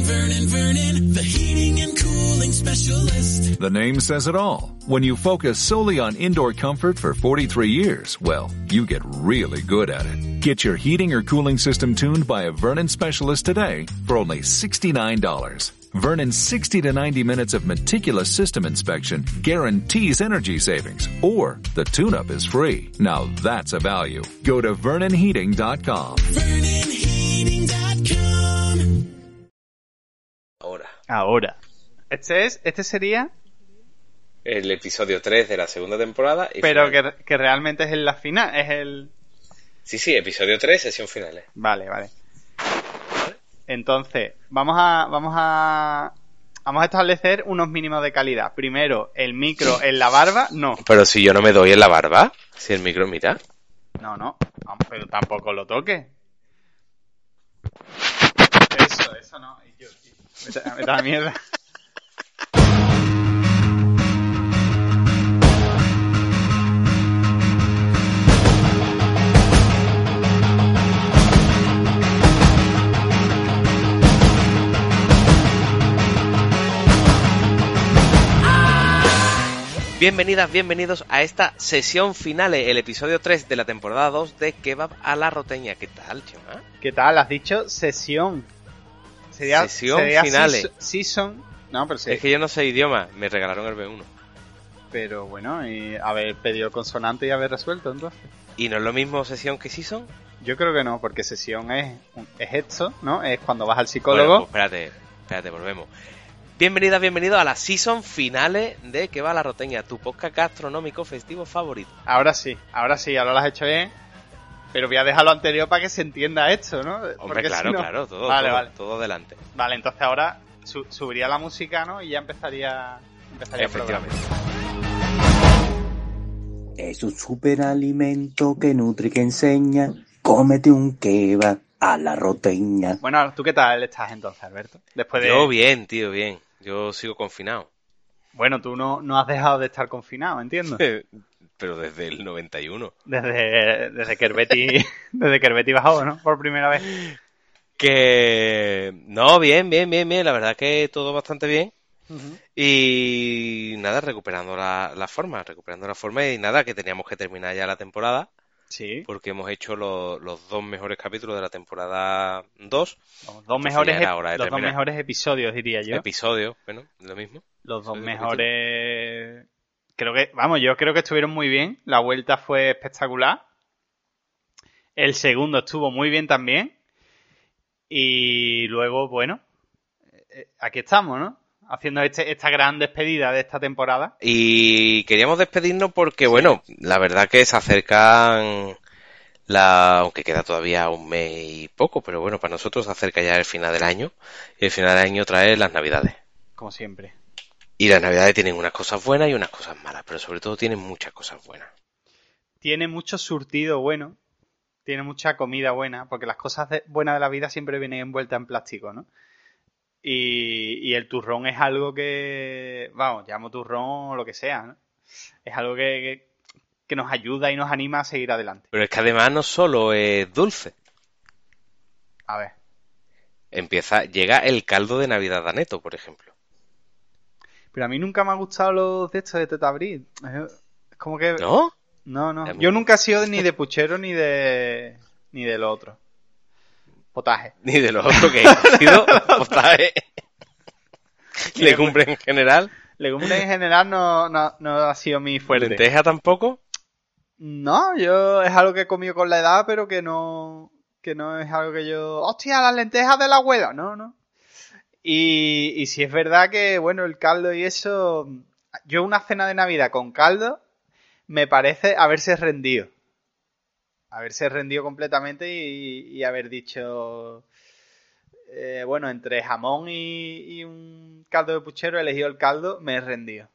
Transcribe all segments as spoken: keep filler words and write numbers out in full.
Vernon, Vernon, the heating and cooling specialist. The name says it all. When you focus solely on indoor comfort for forty-three years, well, you get really good at it. Get your heating or cooling system tuned by a Vernon specialist today for only sixty-nine dollars. Vernon's sixty to ninety minutes of meticulous system inspection guarantees energy savings, or the tune-up is free. Now that's a value. Go to vernon heating dot com. vernon heating dot com. Ahora. Ahora. Este es, este sería... El episodio tres de la segunda temporada. Y pero final. que, que realmente es en la final, es el... Sí, sí, episodio tres, sesión final. ¿eh? Vale, vale. Entonces, vamos a, vamos a, vamos a establecer unos mínimos de calidad. Primero, el micro en la barba, no. Pero si yo no me doy en la barba, si el micro, mira. No, no, vamos, pero tampoco lo toque. Eso, eso no. Y yo, y, vete, vete a la mierda. Bienvenidas, bienvenidos a esta sesión final, el episodio tres de la temporada dos de Kebab a la Roteña. ¿Qué tal, Chema? ¿Qué tal? Has dicho sesión. Sería, sesión sería finales. Season. No, pero sí. Es que yo no sé idioma, me regalaron el B uno. Pero bueno, y haber pedido consonante y haber resuelto, entonces. ¿Y no es lo mismo sesión que season? Yo creo que no, porque sesión es, es esto, ¿no? Es cuando vas al psicólogo. Bueno, pues espérate, espérate, volvemos. Bienvenidas, bienvenidos a la season finales de Que va a la Roteña, tu podcast gastronómico festivo favorito. Ahora sí, ahora sí, ahora lo has hecho bien. Pero voy a dejar lo anterior para que se entienda esto, ¿no? Hombre, porque claro, si no... claro, todo, vale, todo, vale. todo delante. Vale, entonces ahora su- subiría la música, ¿no? Y ya empezaría, empezaría el programa. Efectivamente. Es un superalimento que nutre y que enseña. Cómete un kebab a la roteña. Bueno, ¿tú qué tal estás entonces, Alberto? Después de... Yo bien, tío, bien. Yo sigo confinado. Bueno, tú no, no has dejado de estar confinado, entiendo. Pero desde el noventa y uno. Desde, desde que el Betty, desde que el Betty bajó, ¿no? Por primera vez. Que... No, bien, bien, bien, bien. La verdad que todo bastante bien. Uh-huh. Y nada, recuperando la, la forma, recuperando la forma y nada, que teníamos que terminar ya la temporada. Sí. Porque hemos hecho lo, los dos mejores capítulos de la temporada dos. Los dos mejores, era hora de los dos terminar. mejores episodios, diría yo. Episodios, bueno, lo mismo. Los dos Episodio, mejores... Creo que, vamos, yo creo que estuvieron muy bien. La vuelta fue espectacular. El segundo estuvo muy bien también. Y luego, bueno, eh, aquí estamos, ¿no? Haciendo este, esta gran despedida de esta temporada. Y queríamos despedirnos porque, bueno, la verdad que se acercan, la aunque queda todavía un mes y poco, pero bueno, para nosotros se acerca ya el final del año. Y el final del año trae las Navidades. Como siempre. Y las Navidades tienen unas cosas buenas y unas cosas malas, pero sobre todo tienen muchas cosas buenas. Tiene mucho surtido bueno. Tiene mucha comida buena. Porque las cosas de- buenas de la vida siempre vienen envueltas en plástico, ¿no? Y, y el turrón es algo que, vamos, llamo turrón o lo que sea, ¿no? Es algo que, que, que nos ayuda y nos anima a seguir adelante. Pero es que además no solo es dulce. A ver. Empieza, llega el caldo de Navidad Daneto, por ejemplo. Pero a mí nunca me ha gustado los de estos de Teta Brit. Es es como que... ¿No? No, no. A mí Yo no. nunca he sido ni de puchero ni de... ni de lo otro. Potaje. Ni de lo otro que ha sido potaje. Legumbre en general. Legumbres en general no, no, no ha sido mi fuerte. Lenteja tampoco. No, yo es algo que he comido con la edad, pero que no, que no es algo que yo... ¡Hostia, las lentejas de la abuela! No, no. Y, y si es verdad que, bueno, el caldo y eso... Yo una cena de Navidad con caldo me parece haberse rendido. Haberse rendido completamente y, y haber dicho... Eh, bueno, entre jamón y, y un caldo de puchero he elegido el caldo, me he rendido.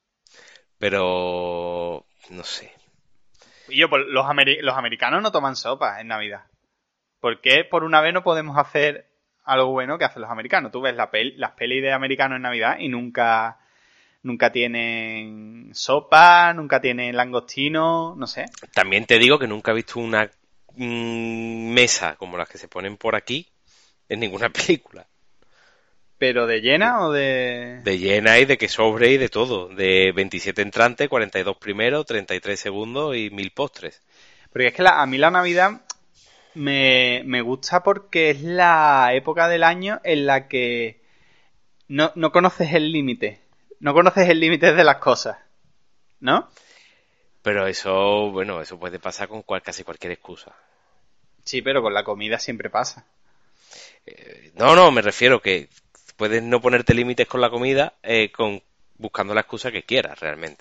Pero... no sé. Y yo, pues, los, ameri- los americanos no toman sopa en Navidad. ¿Por qué por una vez no podemos hacer algo bueno que hacen los americanos? Tú ves la pel- las pelis de americanos en Navidad y nunca, nunca tienen sopa, nunca tienen langostino, no sé. También te digo que nunca he visto una mm, mesa como las que se ponen por aquí en ninguna película. ¿Pero de llena o de...? De llena y de que sobre y de todo. De veintisiete entrantes, cuarenta y dos primeros, treinta y tres segundos y mil postres. Porque es que la, a mí la Navidad me, me gusta porque es la época del año en la que no, no conoces el límite. No conoces el límite de las cosas, ¿no? Pero eso, bueno, eso puede pasar con cual, casi cualquier excusa. Sí, pero con la comida siempre pasa. Eh, no, no, me refiero que puedes no ponerte límites con la comida eh, con buscando la excusa que quieras, realmente.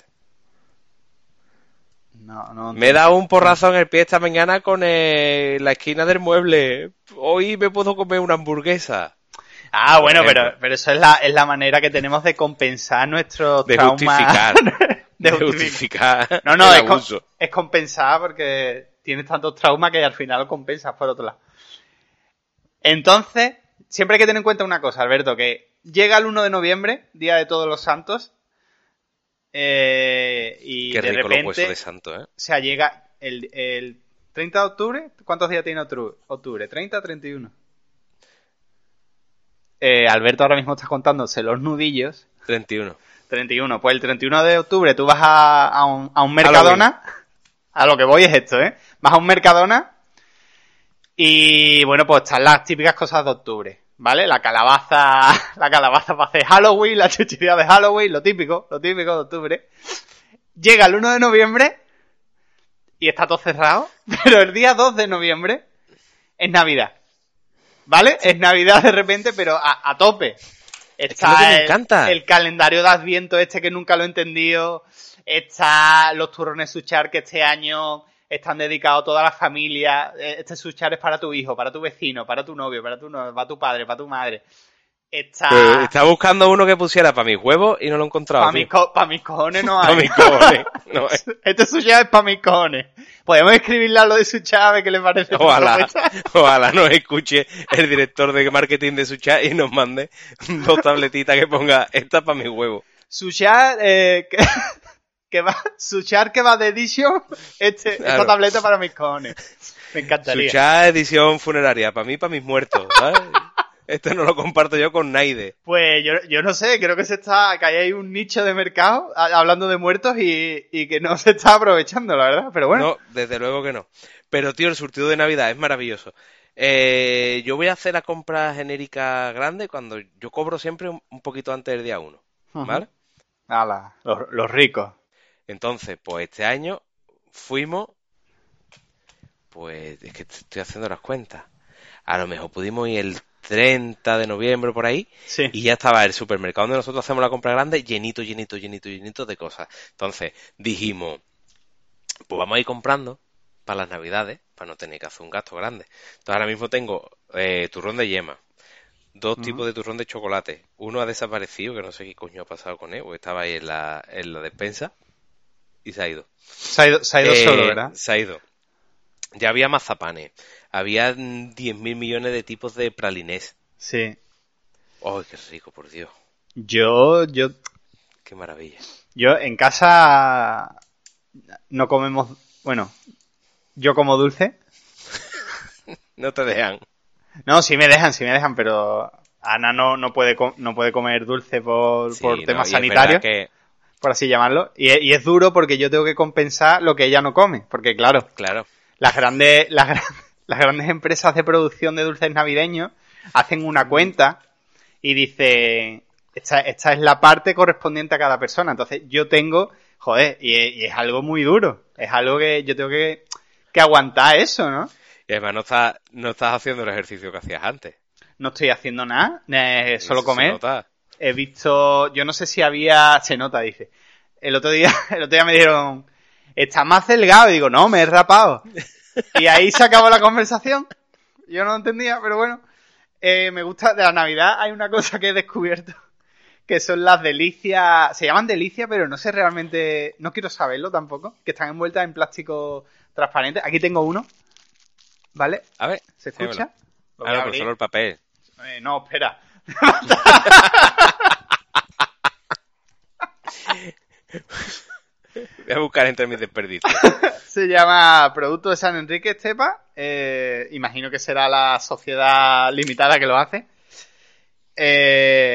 No, no. Me he dado un porrazo en el pie esta mañana con eh, la esquina del mueble. Hoy me puedo comer una hamburguesa. Ah, bueno, Por pero, ejemplo. pero eso es la, es la manera que tenemos de compensar nuestros De traumas. justificar. de de justificar. justificar No, no, el es, com- abuso. es compensar porque tienes tantos traumas que al final lo compensas por otro lado. Entonces, siempre hay que tener en cuenta una cosa, Alberto, que llega el uno de noviembre, Día de Todos los Santos, eh, y Qué de rico los repente, huesos de santo, ¿eh? o sea, llega el, el treinta de octubre. ¿Cuántos días tiene octubre? octubre ¿treinta o treinta y uno? Eh, Alberto ahora mismo está contándose los nudillos. treinta y uno. treinta y uno. Pues el treinta y uno de octubre tú vas a, a, un, a un Mercadona. A lo que voy es esto, ¿eh? Vas a un Mercadona y, bueno, pues están las típicas cosas de octubre, ¿vale? La calabaza, la calabaza para hacer Halloween, la chuchería de Halloween, lo típico, lo típico de octubre. Llega el uno de noviembre y está todo cerrado, pero el día dos de noviembre es Navidad, ¿vale? Es Navidad de repente, pero a, a tope. Está Es que lo que me el, encanta. el calendario de Adviento este que nunca lo he entendido. Está los turrones Suchar que este año están dedicados a toda la familia. Este Suchar es para tu hijo, para tu vecino, para tu novio, para tu novio, para tu padre, para tu madre. Está... Pero estaba buscando uno que pusiera para mis huevos y no lo he encontrado. Para mis, co- pa mis cojones no hay. Para mis cojones. No hay. Este Suchar es para mis cojones. Podemos escribirle a lo de Suchar a ver qué le parece. esta Ojalá, propuesta. ojalá nos escuche el director de marketing de Suchar y nos mande dos tabletitas que ponga esta para mis huevos. Suchar, eh, que, que va, Suchar que va de edition, este, Claro. esta tableta para mis cojones. Me encantaría. Suchar edición funeraria, para mí, para mis muertos, ¿sabes? Este no lo comparto yo con Naide. Pues yo, yo no sé, creo que se está, que ahí hay un nicho de mercado a- hablando de muertos y, y que no se está aprovechando, la verdad, pero bueno. No, desde luego que no. Pero, tío, el surtido de Navidad es maravilloso. Eh, yo voy a hacer la compra genérica grande cuando yo cobro siempre un, un poquito antes del día uno, ¿vale? Ala, los, los ricos. Entonces, pues este año fuimos, pues es que estoy haciendo las cuentas. A lo mejor pudimos ir el treinta de noviembre por ahí Sí. y ya estaba el supermercado donde nosotros hacemos la compra grande llenito, llenito, llenito, llenito de cosas. Entonces dijimos, pues vamos a ir comprando para las navidades, para no tener que hacer un gasto grande. Entonces ahora mismo tengo eh, turrón de yema, dos tipos de turrón de chocolate. Uno ha desaparecido, que no sé qué coño ha pasado con él, porque estaba ahí en la, en la despensa y se ha ido. Se ha ido, se ha ido Eh, solo, ¿verdad? Se ha ido. Ya había mazapanes, había diez mil millones de tipos de pralinés. Sí. ¡Ay, qué rico, por Dios! Yo, yo, ¡Qué maravilla! yo en casa no comemos, bueno, yo como dulce. No te dejan. No, sí me dejan, sí me dejan, pero Ana no, no puede com- no puede comer dulce por, Sí, por no, temas y es verdad sanitarios, que, por así llamarlo. Y es, y es duro porque yo tengo que compensar lo que ella no come. Porque claro, claro, las grandes, las, gran- las grandes empresas de producción de dulces navideños hacen una cuenta y dicen, esta, esta es la parte correspondiente a cada persona. Entonces yo tengo, joder, y es, y es algo muy duro. Es algo que yo tengo que, que aguantar eso, ¿no? y además no estás, no estás haciendo el ejercicio que hacías antes. No estoy haciendo nada, eh, solo Eso se comer. nota. He visto, yo no sé si había, se nota, dice. El otro día, el otro día me dieron, estás más delgado, y digo, no, me he rapado. Y ahí se acabó la conversación. Yo no entendía, pero bueno. Eh, me gusta, de la Navidad hay una cosa que he descubierto, que son las delicias, se llaman delicias, pero no sé realmente, no quiero saberlo tampoco, que están envueltas en plástico transparente. Aquí tengo uno, ¿vale? A ver, ¿Se escucha? Lo voy Ah, a no, pero abrir. solo el papel. Eh, no, espera. Voy a buscar entre mis desperdicios. Se llama Producto de San Enrique Estepa. Eh, imagino que será la sociedad limitada que lo hace. Eh,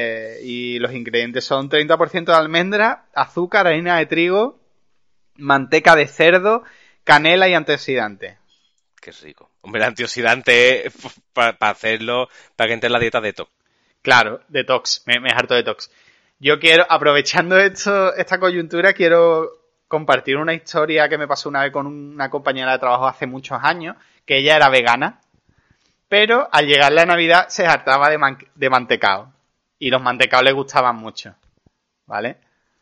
Y los ingredientes son treinta por ciento de almendra, azúcar, harina de trigo, manteca de cerdo, canela y antioxidantes. Qué rico. Hombre, el antioxidante para pa hacerlo, para que entre en la dieta detox. Claro, detox, me, me harto detox. Yo quiero, aprovechando esto, esta coyuntura, quiero compartir una historia que me pasó una vez con una compañera de trabajo hace muchos años, que ella era vegana, pero al llegar la Navidad se hartaba de, man de mantecao. Y los mantecaos le gustaban mucho, ¿vale?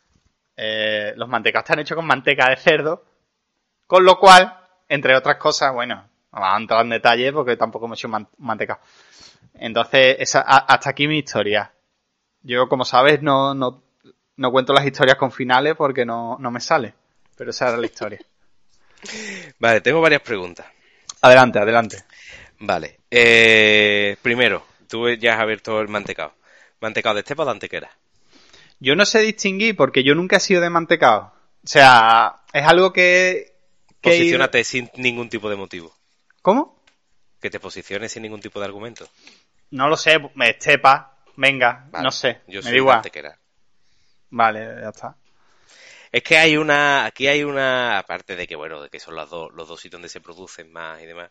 Eh, los mantecaos están hechos con manteca de cerdo, con lo cual, entre otras cosas, bueno, no vamos a entrar en detalle porque tampoco hemos hecho man mantecao. Entonces, esa, a, hasta aquí mi historia. Yo, como sabes, no, no, no cuento las historias con finales porque no, no me sale. Pero esa era la historia. Vale, tengo varias preguntas. Adelante, adelante. Vale. Eh, primero, tú ya has abierto el mantecao. ¿Mantecao de estepa o de antequera? Yo no sé distinguir porque yo nunca he sido de mantecao. O sea, es algo que... que Posiciónate sin ningún tipo de motivo. ¿Cómo? Que te posiciones sin ningún tipo de argumento. No lo sé, me estepa, venga, Vale, no sé, yo me soy da igual. de antequera. Vale, ya está. Es que hay una, aquí hay una, aparte de que, bueno, de que son los dos, los dos sitios donde se producen más y demás,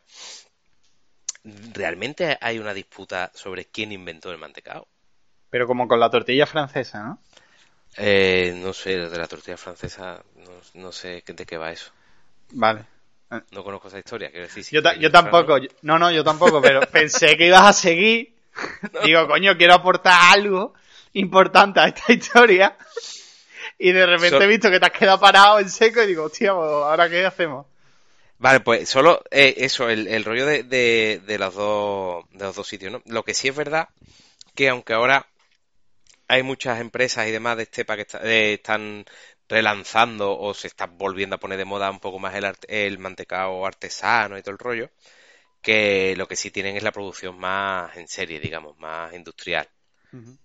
realmente hay una disputa sobre quién inventó el mantecao. Pero como con la tortilla francesa, ¿no? Eh, no sé, de la tortilla francesa, no, no sé de qué va eso. Vale. No conozco esa historia, quiero decir. Si Yo, ta yo tampoco, yo, no, no, yo tampoco, pero pensé que ibas a seguir. No. Digo, coño, quiero aportar algo importante a esta historia. Y de repente so he visto que te has quedado parado en seco y digo, hostia, pues, ¿ahora qué hacemos? Vale, pues solo eh, eso, el, el rollo de, de, de, los dos, de los dos sitios, ¿no? Lo que sí es verdad que aunque ahora hay muchas empresas y demás de estepa que está, eh, están relanzando o se está volviendo a poner de moda un poco más el, el mantecao artesano y todo el rollo, que lo que sí tienen es la producción más en serie, digamos, más industrial. Uh-huh.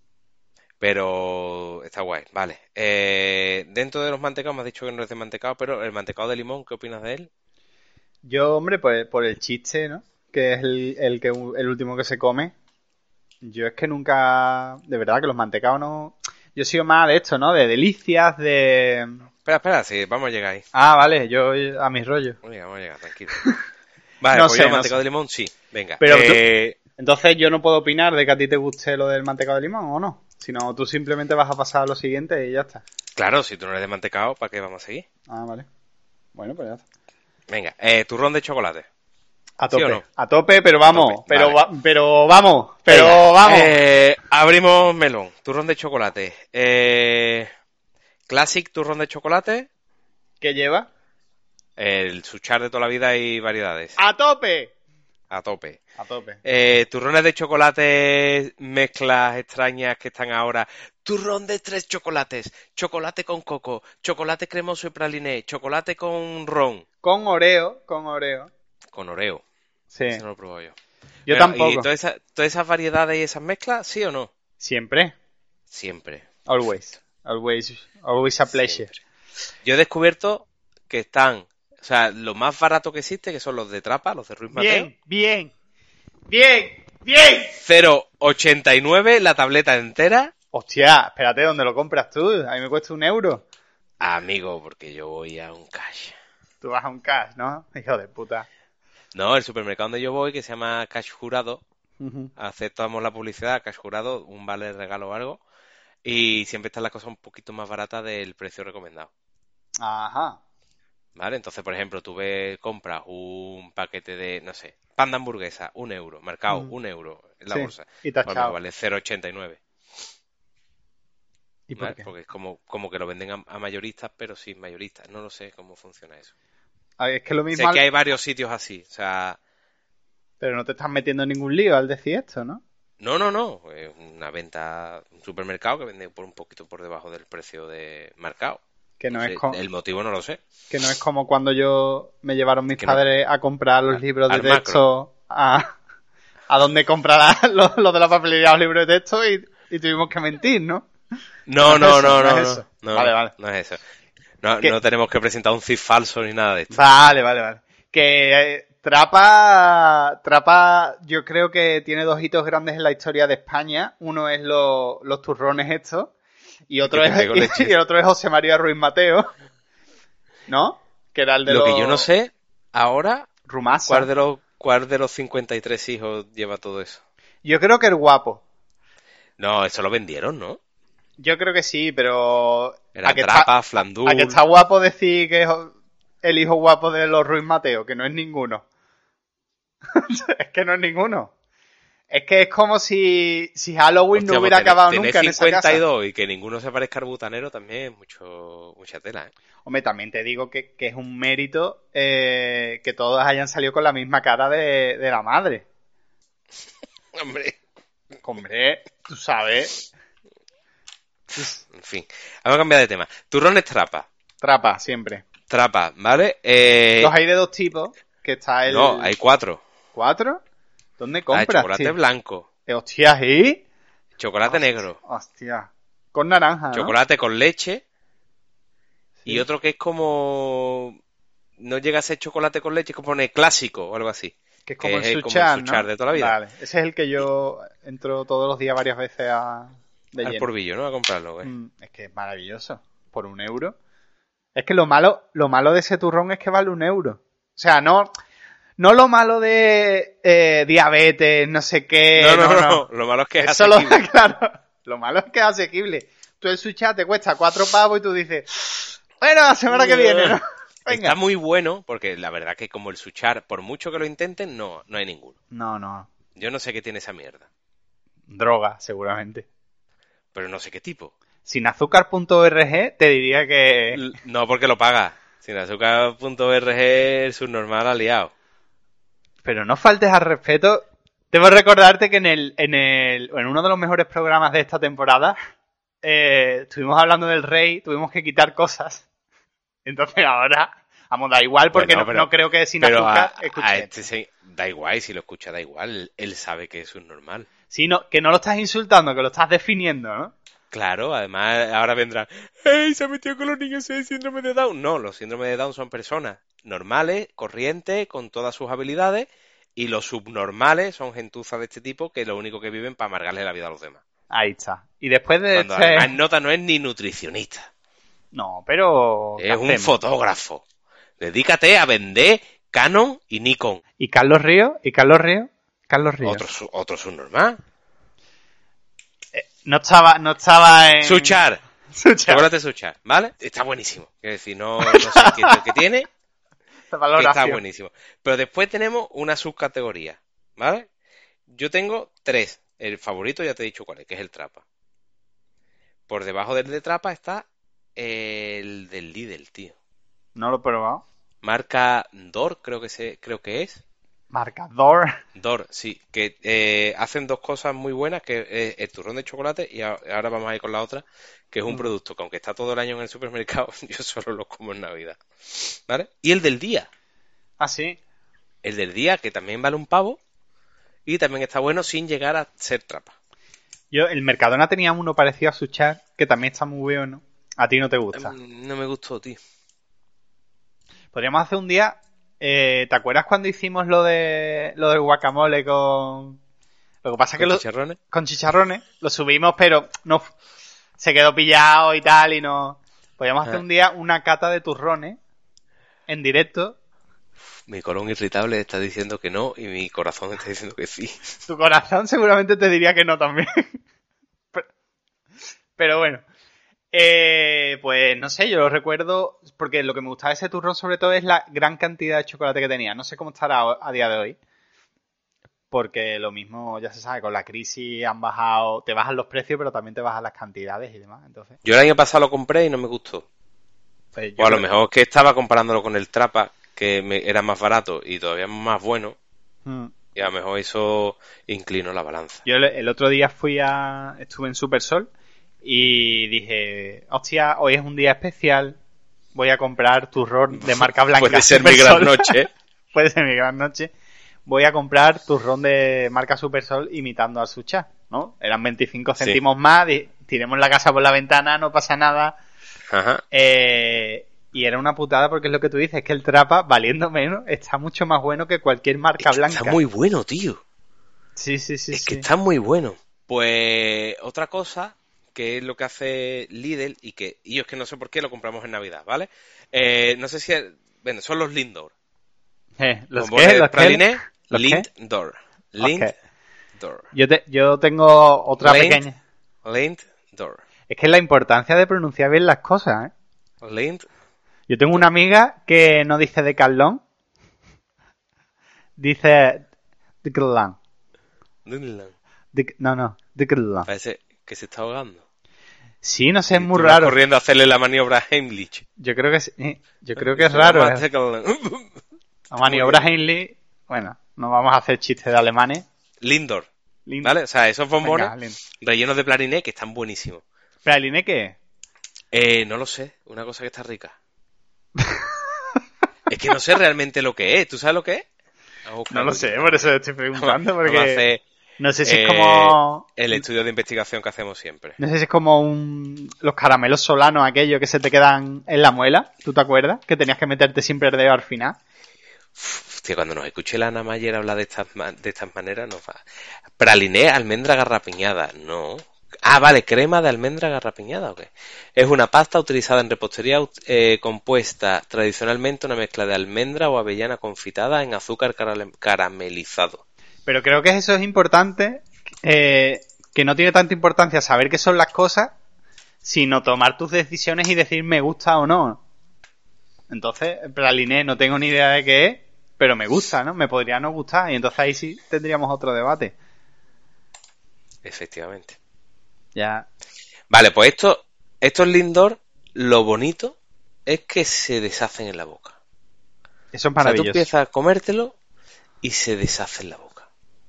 Pero está guay, vale. Eh, dentro de los mantecaos me has dicho que no es de mantecao, pero el mantecao de limón, ¿qué opinas de él? Yo, hombre, pues por el chiste, ¿no? Que es el, el, que, el último que se come. Yo es que nunca... De verdad que los mantecaos no... Yo he sido más de esto, ¿no? De delicias, de... Espera, espera, sí, vamos a llegar ahí. Ah, vale, yo a mis rollos. Vamos a llegar, vamos a llegar, tranquilo. Vale, no pues sé, yo no mantecao sé. de limón, sí, venga. Pero eh... tú, entonces yo no puedo opinar de que a ti te guste lo del mantecao de limón, ¿o no? Sino tú simplemente vas a pasar a lo siguiente y ya está. Claro, si tú no eres de mantecao, ¿para qué vamos a seguir? Ah, vale. Bueno, pues ya está. Venga, eh, turrón de chocolate. A tope, ¿Sí o no? a tope, pero vamos, tope, pero, vale. va, pero vamos, pero Venga, vamos. Eh, abrimos melón, turrón de chocolate. Eh, Classic turrón de chocolate. ¿Qué lleva? El suchar de toda la vida y variedades. ¡A tope! A tope. A tope. Eh, turrones de chocolate, mezclas extrañas que están ahora. Turrón de tres chocolates. Chocolate con coco, chocolate cremoso y praliné, chocolate con ron. Con Oreo, con Oreo. Con Oreo. Sí. Eso no lo he probado yo. Yo Pero, tampoco. ¿y todas esas, todas esas variedades y esas mezclas, sí o no? Siempre. Siempre. Always. Always. Always a pleasure. Siempre. Yo he descubierto que están, o sea, lo más barato que existe, que son los de Trapa, los de Ruiz Mateo. Bien, bien, bien, bien. cero coma ochenta y nueve la tableta entera. Hostia, espérate, ¿dónde lo compras tú? A mí me cuesta un euro. Amigo, porque yo voy a un cash. Tú vas a un cash, ¿no? Hijo de puta. No, el supermercado donde yo voy, que se llama Cash Jurado, Uh-huh. aceptamos la publicidad, Cash Jurado, un vale de regalo o algo, y siempre están las cosas un poquito más baratas del precio recomendado. Ajá. ¿Vale? Entonces, por ejemplo, tú ves, compras un paquete de, no sé, pan de hamburguesa, un euro, mercado, Uh-huh. un euro en la Sí, bolsa. y tachado. Bueno, vale cero coma ochenta y nueve. ¿Y por ¿Vale? qué? Porque es como, como que lo venden a, a mayoristas, pero sin mayoristas. No lo sé cómo funciona eso. A ver, es que lo Sé mismo... al- que hay varios sitios así, o sea... Pero no te estás metiendo en ningún lío al decir esto, ¿no? No, no, no. Es una venta, un supermercado que vende por un poquito por debajo del precio de mercado. Que no, No es sé, co- el motivo no lo sé. que no es como cuando yo me llevaron mis Que no. padres a comprar los Al- libros de al texto a, a donde comprará los lo de la papelería los libros de texto y, y tuvimos que mentir, ¿no? No, No es no, eso, no, no no, es no, eso. no, Vale, vale. no es eso. No, ¿Qué? no tenemos que presentar un C I F falso ni nada de esto. Vale, vale, vale. Que eh, Trapa, Trapa, yo creo que tiene dos hitos grandes en la historia de España. Uno es lo, los turrones estos y otro es, y, y el otro es José María Ruiz Mateo, ¿no? Que era el de Lo los... que yo no sé ahora, Rumasa. ¿cuál de los, cuál de los cincuenta y tres hijos lleva todo eso? Yo creo que el guapo. No, eso lo vendieron, ¿no? Yo creo que sí, pero... Era a que Trapa, está, Flandul... a que está guapo decir que es el hijo guapo de los Ruiz Mateo, que no es ninguno. Es que no es ninguno. Es que es como si, si Halloween Hostia, no hubiera pues acabado tener, nunca tener en esa casa. cincuenta y dos y que ninguno se parezca al butanero también es mucho, mucha tela, ¿eh? Hombre, también te digo que, que es un mérito eh, que todos hayan salido con la misma cara de, de la madre. Hombre. Hombre, tú sabes. En fin, vamos a cambiar de tema. Turrones Trapa. Trapa, siempre. Trapa, ¿vale? Eh... Los hay de dos tipos, que está el... No, hay cuatro. ¿Cuatro? ¿Dónde Hay compras, chocolate tío? blanco, Eh, hostia, ¿y? chocolate negro, Hostia. Con naranja, ¿no? chocolate con leche Sí. y otro que es como... No llega a ser chocolate con leche, es como pone clásico o algo así. Que es como que el es como Suchar, el Suchar ¿no? de toda la vida. Vale, ese es el que yo entro todos los días varias veces a... de Al lleno. porbillo, ¿no? A comprarlo, güey. Mm, es que es maravilloso. Por un euro. Es que lo malo, lo malo de ese turrón es que vale un euro. O sea, no, no lo malo de eh, diabetes, no sé qué. No, no, no, no, no. lo malo es que es Eso lo, asequible. claro, lo malo es que es asequible. Tú el Suchar te cuesta cuatro pavos y tú dices, bueno, la semana que viene, ¿no? Venga. Está muy bueno, porque la verdad que como el Suchar, por mucho que lo intenten, no, no hay ninguno. No, no. Yo no sé qué tiene esa mierda, Droga, seguramente. pero no sé qué tipo. Sin azúcar punto org te diría que... L- No porque lo paga. Sin azúcar punto org el subnormal aliado. Pero no faltes al respeto. Debo recordarte que en el, en el, en uno de los mejores programas de esta temporada, eh, estuvimos hablando del rey, tuvimos que quitar cosas. Entonces ahora, vamos, da igual porque Bueno, no, pero- no creo que sin Pero azúcar a, escuche a esto. este se, da igual, si lo escucha da igual. Él sabe que es subnormal. Sí, no, que no lo estás insultando, que lo estás definiendo, ¿no? Claro, además ahora vendrá, ¡hey! Se ha metido con los niños de síndrome de Down. No, los síndromes de Down son personas normales, corrientes, con todas sus habilidades, y los subnormales son gentuzas de este tipo que lo único que viven para amargarle la vida a los demás. Ahí está. Y después de Cuando este... además Nota no es ni nutricionista, No, pero... ¿qué es un hacemos? fotógrafo. Dedícate a vender Canon y Nikon. ¿Y Carlos Ríos? ¿Y Carlos Ríos? Carlos Ríos. Otro, su- otro subnormal. No estaba, no estaba en... Suchar. Suchar. Chocolate Suchar, ¿vale? Está buenísimo. Quiero decir, no, no sé quién es el que tiene, Esta que valoración. está buenísimo. Pero después tenemos una subcategoría, ¿vale? Yo tengo tres. El favorito ya te he dicho cuál es, que es el Trapa. Por debajo del de Trapa está el del Lidl, tío. No lo he probado. Marca Dor, creo que se, creo que es. Marcador. Dor, sí, que eh, hacen dos cosas muy buenas, que es el turrón de chocolate y a- ahora vamos a ir con la otra, que es un producto que aunque está todo el año en el supermercado, yo solo lo como en Navidad, ¿vale? Y el del día, Ah, sí. el del día que también vale un pavo y también está bueno sin llegar a ser Trapa. Yo, el Mercadona tenía uno parecido a Suchar, que también está muy bueno. A ti no te gusta. Mm, No me gustó, tío. Podríamos hacer un día... Eh, ¿te acuerdas cuando hicimos lo de lo del guacamole con... Lo que pasa es que ¿Con lo, chicharrones? con chicharrones lo subimos, pero no f- se quedó pillado y tal, y no... Podríamos hacer Ah. un día una cata de turrones en directo. Mi colon irritable está diciendo que no y mi corazón está diciendo que sí. Tu corazón seguramente te diría que no también. pero, pero bueno. Eh, pues no sé, yo lo recuerdo porque lo que me gustaba de ese turrón sobre todo es la gran cantidad de chocolate que tenía. No sé cómo estará a, a día de hoy. Porque lo mismo, ya se sabe, con la crisis han bajado, te bajan los precios, pero también te bajan las cantidades y demás. Entonces, Yo el año pasado lo compré y no me gustó. pues yo O a lo creo- mejor es que estaba comparándolo con el Trapa, que me- era más barato y todavía más bueno. Mm. Y a lo mejor eso inclinó la balanza. Yo el, el otro día fui a... Estuve en Supersol y dije, hostia, hoy es un día especial, voy a comprar turrón de marca blanca. Puede ser mi Supersol. gran noche. Puede ser mi gran noche. Voy a comprar turrón de marca Supersol imitando al Suchar, ¿no? Eran veinticinco céntimos más, di- tiremos la casa por la ventana, no pasa nada. Ajá. Eh, Y era una putada porque es lo que tú dices, es que el Trapa, valiendo menos, está mucho más bueno que cualquier marca Es que blanca. está muy bueno, tío. Sí, sí, sí. es sí. que está muy bueno. Pues otra cosa que es lo que hace Lidl y que y yo es que no sé por qué lo compramos en Navidad, ¿vale? Eh, no sé si es, bueno, son los Lindor. Eh, ¿Los Bombones qué? ¿Los praliné, qué? Lindor. Lindor. Ok. Yo, te, yo tengo otra Lind- pequeña. Lindor. Es que la importancia de pronunciar bien las cosas, ¿eh? Lind. Yo tengo una amiga que no dice Decathlon, dice Decathlon. Lindland. Dic- No, no, Decathlon. Parece que se está ahogando. Sí, no sé, es Y muy tú vas raro. corriendo a hacerle la maniobra a Heimlich. Yo creo que sí. Yo creo que es Se raro. llama ¿eh? Decathlon. La maniobra Heinley, bueno, no vamos a hacer chistes de alemanes. Lindor. Lindo. ¿Vale? O sea, esos bombones Venga, lindo. rellenos de praliné que están buenísimos. ¿Praline qué? Eh, no lo sé, una cosa que está rica. Es que no sé realmente lo que es. ¿Tú sabes lo que es? Vamos a buscar No lo un sé, poquito. por eso estoy preguntando, Vamos a hacer, porque no sé si eh, es como... el estudio de investigación que hacemos siempre. No sé si es como un... los caramelos solanos aquellos que se te quedan en la muela, ¿tú te acuerdas? Que tenías que meterte siempre el dedo al final. Hostia, cuando nos escuche la Ana Mayer hablar de estas, ma- de estas maneras, nos va. Praliné, almendra garrapiñada. No. Ah, vale, crema de almendra garrapiñada, ¿o qué? Es una pasta utilizada en repostería eh, compuesta tradicionalmente una mezcla de almendra o avellana confitada en azúcar carale- caramelizado. Pero creo que eso es importante, eh, que no tiene tanta importancia saber qué son las cosas, sino tomar tus decisiones y decir me gusta o no. Entonces, praliné, no tengo ni idea de qué es, pero me gusta, ¿no? Me podría no gustar, y entonces ahí sí tendríamos otro debate. Efectivamente. Ya. Vale, pues esto, estos Lindor, lo bonito es que se deshacen en la boca. Eso es O sea, tú maravilloso. empiezas a comértelo y se deshace en la boca.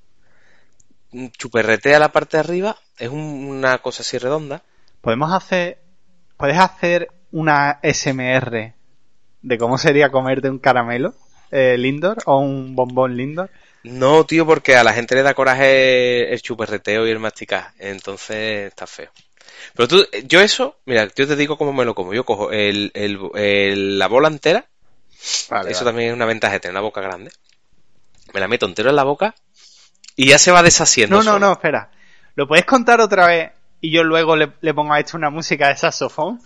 Chuperretea la parte de arriba, es un- una cosa así redonda. Podemos hacer... ¿Puedes hacer una S M R de cómo sería comerte un caramelo eh, Lindor o un bombón Lindor? No, tío, porque a la gente le da coraje el chuperreteo y el masticar, entonces está feo. Pero tú, yo eso, mira, yo te digo cómo me lo como. Yo cojo el, el, el- la bola entera, Vale, eso vale. también es una ventaja de tener la boca grande. Me la meto entero en la boca y ya se va deshaciendo. No, no, solo. no, espera. ¿Lo puedes contar otra vez y yo luego le, le pongo a esto una música de saxofón?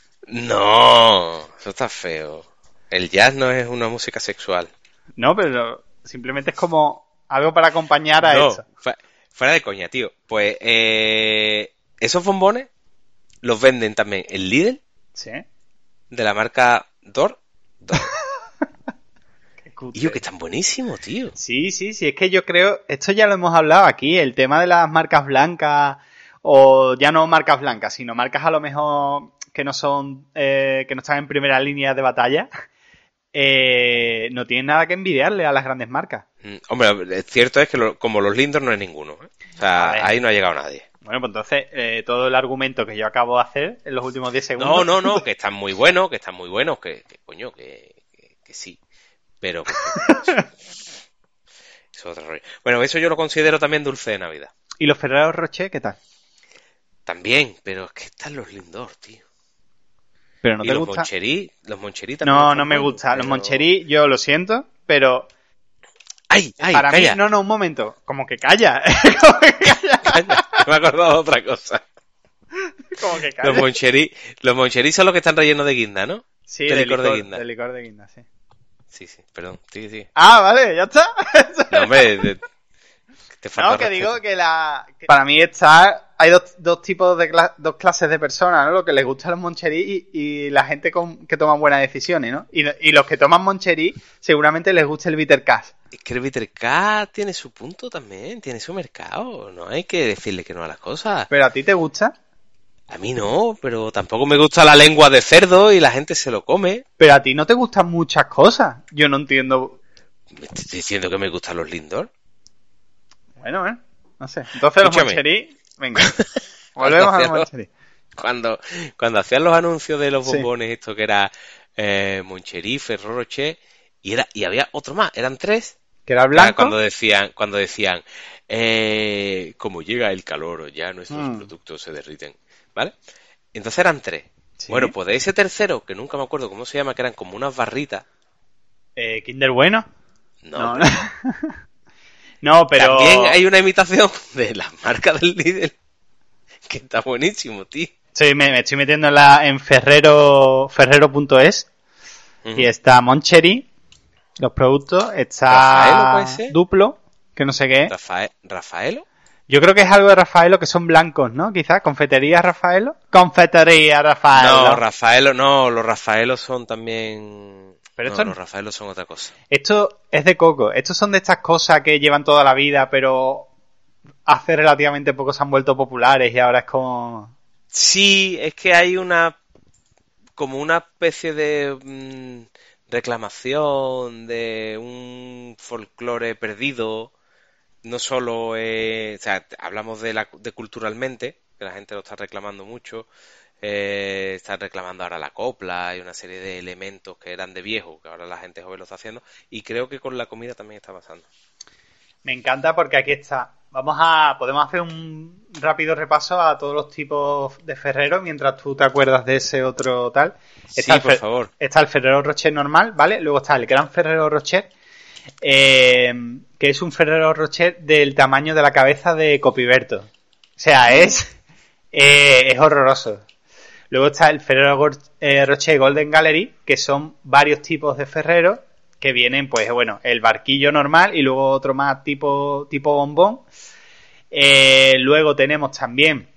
No, eso está feo. El jazz no es una música sexual. No, pero simplemente es como algo para acompañar a No, eso. fu- fuera de coña, tío. Pues eh, esos bombones los venden también en Lidl ¿Sí? de la marca Dor. Dor. Qué cutre. Y yo que están buenísimos, tío. Sí, sí, sí, es que yo creo, esto ya lo hemos hablado aquí, el tema de las marcas blancas, o ya no marcas blancas, sino marcas a lo mejor que no son, eh, que no están en primera línea de batalla, eh, no tienen nada que envidiarle a las grandes marcas. Mm, Hombre, es cierto es que lo- como los Lindor no es ninguno. ¿eh? O sea, A ver. ahí no ha llegado nadie. Bueno, pues entonces, eh, todo el argumento que yo acabo de hacer en los últimos diez segundos... No, no, no, que están muy buenos, que están muy buenos, que, que coño, que, que, que sí. Pero que, que- eso es otro rollo. Bueno, eso yo lo considero también dulce de Navidad. ¿Y los Ferrero Rocher qué tal? También, pero es que están los Lindor, tío. ¿Pero no y te los gusta? Moncherí, los Moncherí también. No, están no me buenos, gusta. Los pero- Moncherí, yo lo siento, pero ¡Ay, ay, para calla! mí... No, no, un momento. Como que calla. Como que calla. Calla, me he acordado de otra cosa. Como que calla. Los Moncherí, los Moncherí son los que están rellenos de guinda, ¿no? Sí, de de licor licor, de guinda. de licor de guinda, sí. Sí, sí, perdón, sí, sí. Ah, vale, ya está. No, hombre, de- te falta No, que respeto. digo que la... que para mí está... Hay dos, dos tipos de cla- dos clases de personas, ¿no? Lo que les gusta los Moncherí y, y la gente con, que toma buenas decisiones, ¿no? Y, y los que toman Moncherí seguramente les gusta el Bitter Cash. Es que el Bitter Cat tiene su punto también, tiene su mercado. No hay que decirle que no a las cosas. ¿Pero a ti te gusta? A mí no, pero tampoco me gusta la lengua de cerdo y la gente se lo come. Pero a ti no te gustan muchas cosas. Yo no entiendo... ¿Me estás diciendo que me gustan los Lindor? Bueno, ¿eh? No sé. Entonces los Escúchame. Moncherí... Venga. Volvemos a los Cuando hacían los- Moncherí. Cuando, cuando hacían los anuncios de los Sí. bombones, esto que era eh, Moncherí, Ferrero Rocher, y era y había otro más, eran tres. Que era Era blanco. Cuando decían, cuando decían, eh, como llega el calor, ya nuestros Mm. productos se derriten, ¿vale? Entonces eran tres. ¿Sí? Bueno, pues de ese tercero, que nunca me acuerdo cómo se llama, que eran como unas barritas. Eh, ¿Kinder Bueno? No, No, no, pero... También hay una imitación de la marca del Lidl que está buenísimo, tío. Sí, me, me estoy metiendo en, la, en Ferrero, ferrero punto es Ujú. y está Monchery, los productos, ¿Rafaelo está puede ser? Duplo, que no sé qué es. Rafael, ¿Rafaelo? Yo creo que es algo de Rafaelo que son blancos, ¿no? Quizás, confetería Rafaelo. Confetería Rafaelo. No, Rafaelo no, los Rafaelos son también... Pero no, esto- los Rafaelos son otra cosa. Esto es de coco. Estos son de estas cosas que llevan toda la vida, pero hace relativamente poco se han vuelto populares y ahora es como... Sí, es que hay una... como una especie de mm, reclamación de un folclore perdido. No solo, eh, o sea, hablamos de, la, de culturalmente, que la gente lo está reclamando mucho, eh, está reclamando ahora la copla y una serie de elementos que eran de viejo, que ahora la gente joven lo está haciendo, y creo que con la comida también está pasando. Me encanta porque aquí está. Vamos a... Podemos hacer un rápido repaso a todos los tipos de Ferrero mientras tú te acuerdas de ese otro tal. Sí, Está el por Fer- favor. Está el Ferrero Rocher normal, ¿vale? Luego está el Gran Ferrero Rocher, eh, que es un Ferrero Rocher del tamaño de la cabeza de Copiberto. O sea, es, eh, es horroroso. Luego está el Ferrero Gor- eh, Rocher Golden Gallery, que son varios tipos de Ferrero que vienen, pues bueno, el barquillo normal y luego otro más tipo, tipo bombón. Eh, luego tenemos también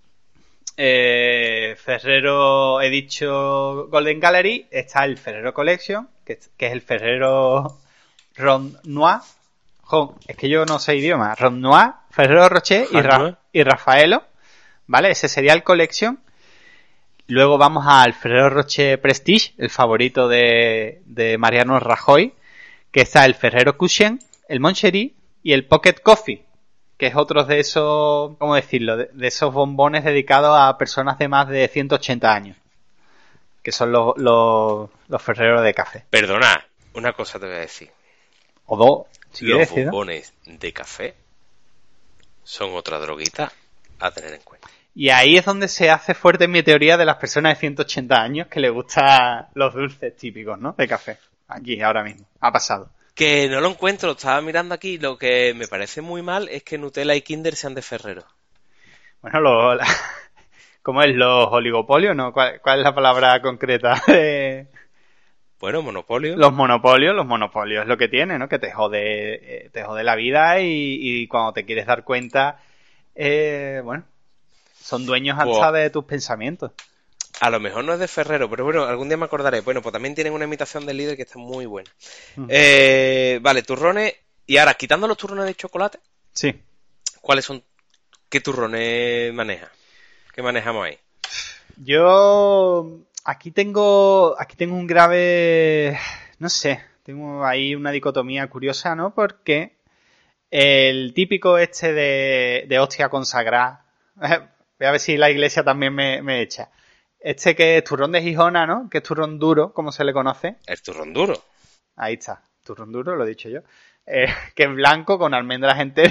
eh, Ferrero, he dicho Golden Gallery, está el Ferrero Collection, que, que es el Ferrero Ron Noir. Jo, es que yo no sé idioma. Ron Noir, Ferrero Rocher y, Ra- Noir. y Rafaelo, ¿vale? Ese sería el Collection. Luego vamos al Ferrero Rocher Prestige, el favorito de, de Mariano Rajoy, que está el Ferrero Cushion, el Monchery y el Pocket Coffee, que es otro de esos, ¿cómo decirlo? De, de esos bombones dedicados a personas de más de ciento ochenta años, que son los, los, los Ferreros de café. Perdona, una cosa te voy a decir. O dos, si Los quieres decir, ¿no? bombones de café son otra droguita a tener en cuenta. Y ahí es donde se hace fuerte mi teoría de las personas de ciento ochenta años que les gustan los dulces típicos, ¿no? De café. Aquí, ahora mismo. Ha pasado. Que no lo encuentro, lo estaba mirando aquí, lo que me parece muy mal es que Nutella y Kinder sean de Ferrero. Bueno, lo, la- ¿cómo es? ¿Los oligopolios? ¿No? ¿Cuál, cuál es la palabra concreta? Eh, Bueno, monopolio. los monopolios, los monopolios es lo que tiene, ¿no? Que te jode, eh, te jode la vida y, y cuando te quieres dar cuenta, eh, bueno, son dueños hasta Pues- de tus pensamientos. A lo mejor no es de Ferrero, pero bueno, algún día me acordaré. Bueno, pues también tienen una imitación del líder que está muy buena. Ujú. Eh, vale, turrones. Y ahora, quitando los turrones de chocolate, Sí. ¿cuáles son? ¿Qué turrones maneja? ¿Qué manejamos ahí? Yo aquí tengo aquí tengo un grave, no sé, tengo ahí una dicotomía curiosa, ¿no? Porque el típico este de, de hostia consagrada, voy a ver si la iglesia también me, me echa. Este que es turrón de Gijona, ¿no? Que es turrón duro, como se le conoce. El turrón duro. Ahí está, turrón duro, lo he dicho yo. Eh, que es blanco con almendras enteras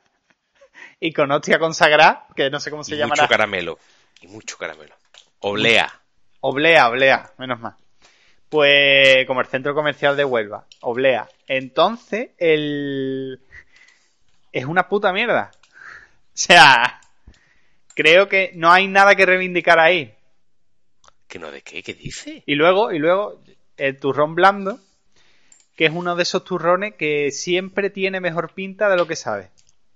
y con hostia consagrada, que no sé cómo se Y llamará. mucho caramelo. Y mucho caramelo. Oblea. Oblea, Oblea, menos mal. Pues como el centro comercial de Huelva, Oblea. Entonces, el... es una puta mierda. O sea, creo que no hay nada que reivindicar ahí. ¿Que no de qué? ¿Qué dice? Y luego, y luego, el turrón blando, que es uno de esos turrones que siempre tiene mejor pinta de lo que sabe.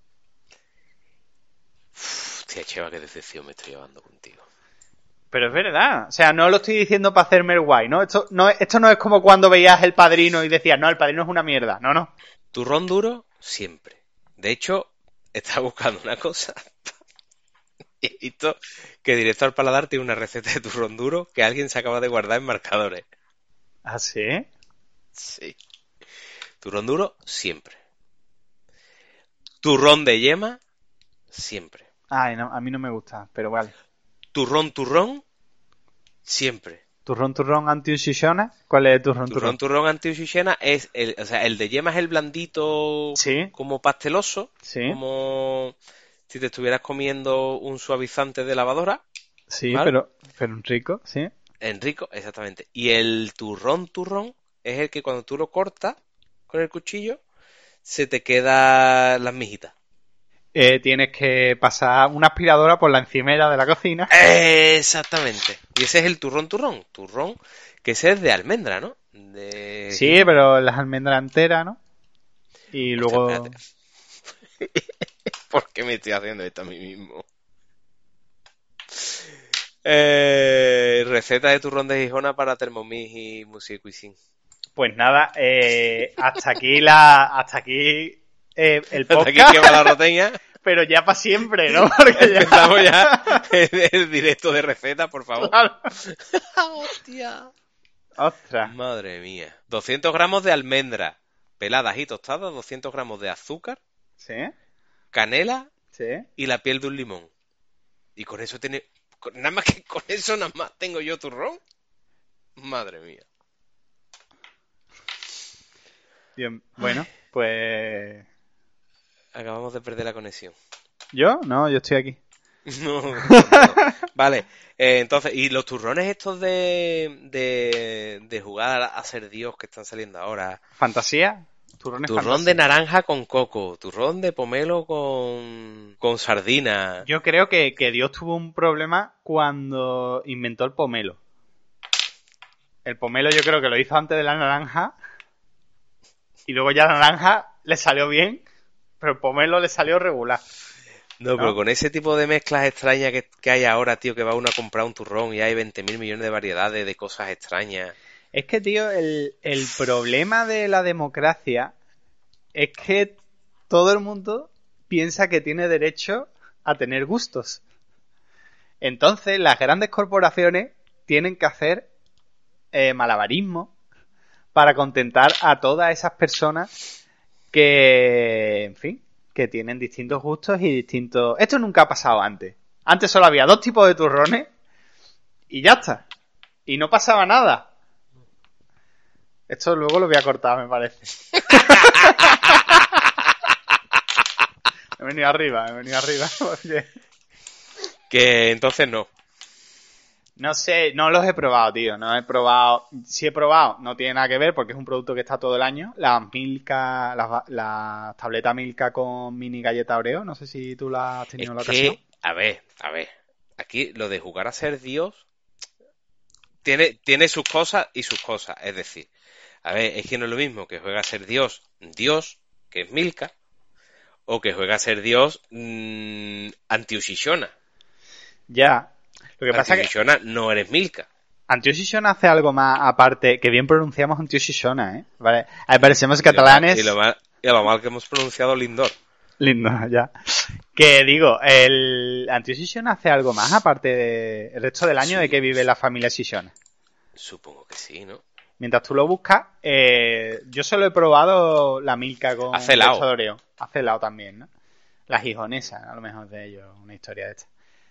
Hostia, Cheva, qué decepción me estoy llevando contigo. Pero es verdad, o sea, no lo estoy diciendo para hacerme el guay, ¿no? Esto no, esto no es como cuando veías El Padrino y decías, no, El Padrino es una mierda, no, no. Turrón duro, siempre. De hecho, estaba buscando una cosa y he visto que Directo al Paladar tiene una receta de turrón duro que alguien se acaba de guardar en marcadores. ¿Ah, sí? Sí. Turrón duro, siempre. Turrón de yema, siempre. Ay, no, a mí no me gusta, pero vale. Turrón, turrón, siempre. ¿Turrón, turrón, anti-ushishona? ¿Cuál es el turrón, Turrón, turrón? turrón anti-ushishena es el, o sea, el de yema es el blandito Sí. como pasteloso, Sí. como si te estuvieras comiendo un suavizante de lavadora. Sí, ¿vale? pero, pero un rico, sí. Enrico, exactamente. Y el turrón, turrón, es el que cuando tú lo cortas con el cuchillo, se te quedan las mijitas. Eh, tienes que pasar una aspiradora por la encimera de la cocina. Exactamente. Y ese es el turrón, turrón. Turrón, que ese es de almendra, ¿no? De... Sí, pero las almendras enteras, ¿no? Y Hostia, luego... espérate. ¿Por qué me estoy haciendo esto a mí mismo? Eh, receta de turrón de Gijona para Thermomix y Music Cuisine. Pues nada, eh, hasta aquí la... Hasta aquí eh, el Hasta podcast. aquí quema la roteña. Pero ya para siempre, ¿no? Porque ya... Empezamos ya el, el directo de receta, por favor. Claro. ¡Hostia! Ostras. Madre mía. doscientos gramos de almendra peladas y tostadas, doscientos gramos de azúcar, ¿Sí? canela ¿Sí? y la piel de un limón. Y con eso tiene... con- Nada más que con eso nada más tengo yo turrón. Madre mía. Bien, bueno, pues... Acabamos de perder la conexión. ¿Yo? No, yo estoy aquí. No, no. Vale, eh, entonces, ¿y los turrones estos de, de, de jugar a ser Dios que están saliendo ahora? ¿Fantasía? Turrones Turrón de naranja con coco, turrón de pomelo con, con sardina. Yo creo que, que Dios tuvo un problema cuando inventó el pomelo. El pomelo yo creo que lo hizo antes de la naranja. Y luego ya la naranja le salió bien, pero el pomelo le salió regular. No, ¿No? pero con ese tipo de mezclas extrañas que, que hay ahora, tío, que va uno a comprar un turrón y hay veinte mil millones de variedades de cosas extrañas. Es que, tío, el, el problema de la democracia es que todo el mundo piensa que tiene derecho a tener gustos. Entonces, las grandes corporaciones tienen que hacer eh, malabarismo para contentar a todas esas personas que, en fin, que tienen distintos gustos y distintos... Esto nunca ha pasado antes. Antes solo había dos tipos de turrones y ya está. Y no pasaba nada. Esto luego lo voy a cortar, me parece. He venido arriba, he venido arriba. Porque... Que entonces no. No sé, no los he probado, tío. No he probado. Si he probado, no tiene nada que ver porque es un producto que está todo el año. Las Milka, las, las tabletas Milka con mini galleta Oreo. No sé si tú las has tenido en la Es ocasión. que, a ver, a ver. Aquí lo de jugar a ser Dios tiene, tiene sus cosas y sus cosas. Es decir, a ver, es que no es lo mismo que juega a ser Dios, Dios, que es Milka, o que juega a ser Dios mmm, anti-Ushishona. Ya. Lo que pasa es que Anti-Ushishona no eres Milka. Antioxishona hace algo más aparte, que bien pronunciamos Antioxishona, ¿eh? Vale. A ver, parecemos Y lo mal- catalanes. Y lo, mal, y lo mal que hemos pronunciado Lindor. Lindo, ya. Que digo, el Antioxishona hace algo más aparte del resto del año Sí. de que vive la familia Shishona. Supongo que sí, ¿no? Mientras tú lo buscas, eh, yo solo he probado la Milka con Hace helado. leche de Oreo. Hace helado también, ¿no? La gijonesa, a lo mejor de ellos, una historia de esta.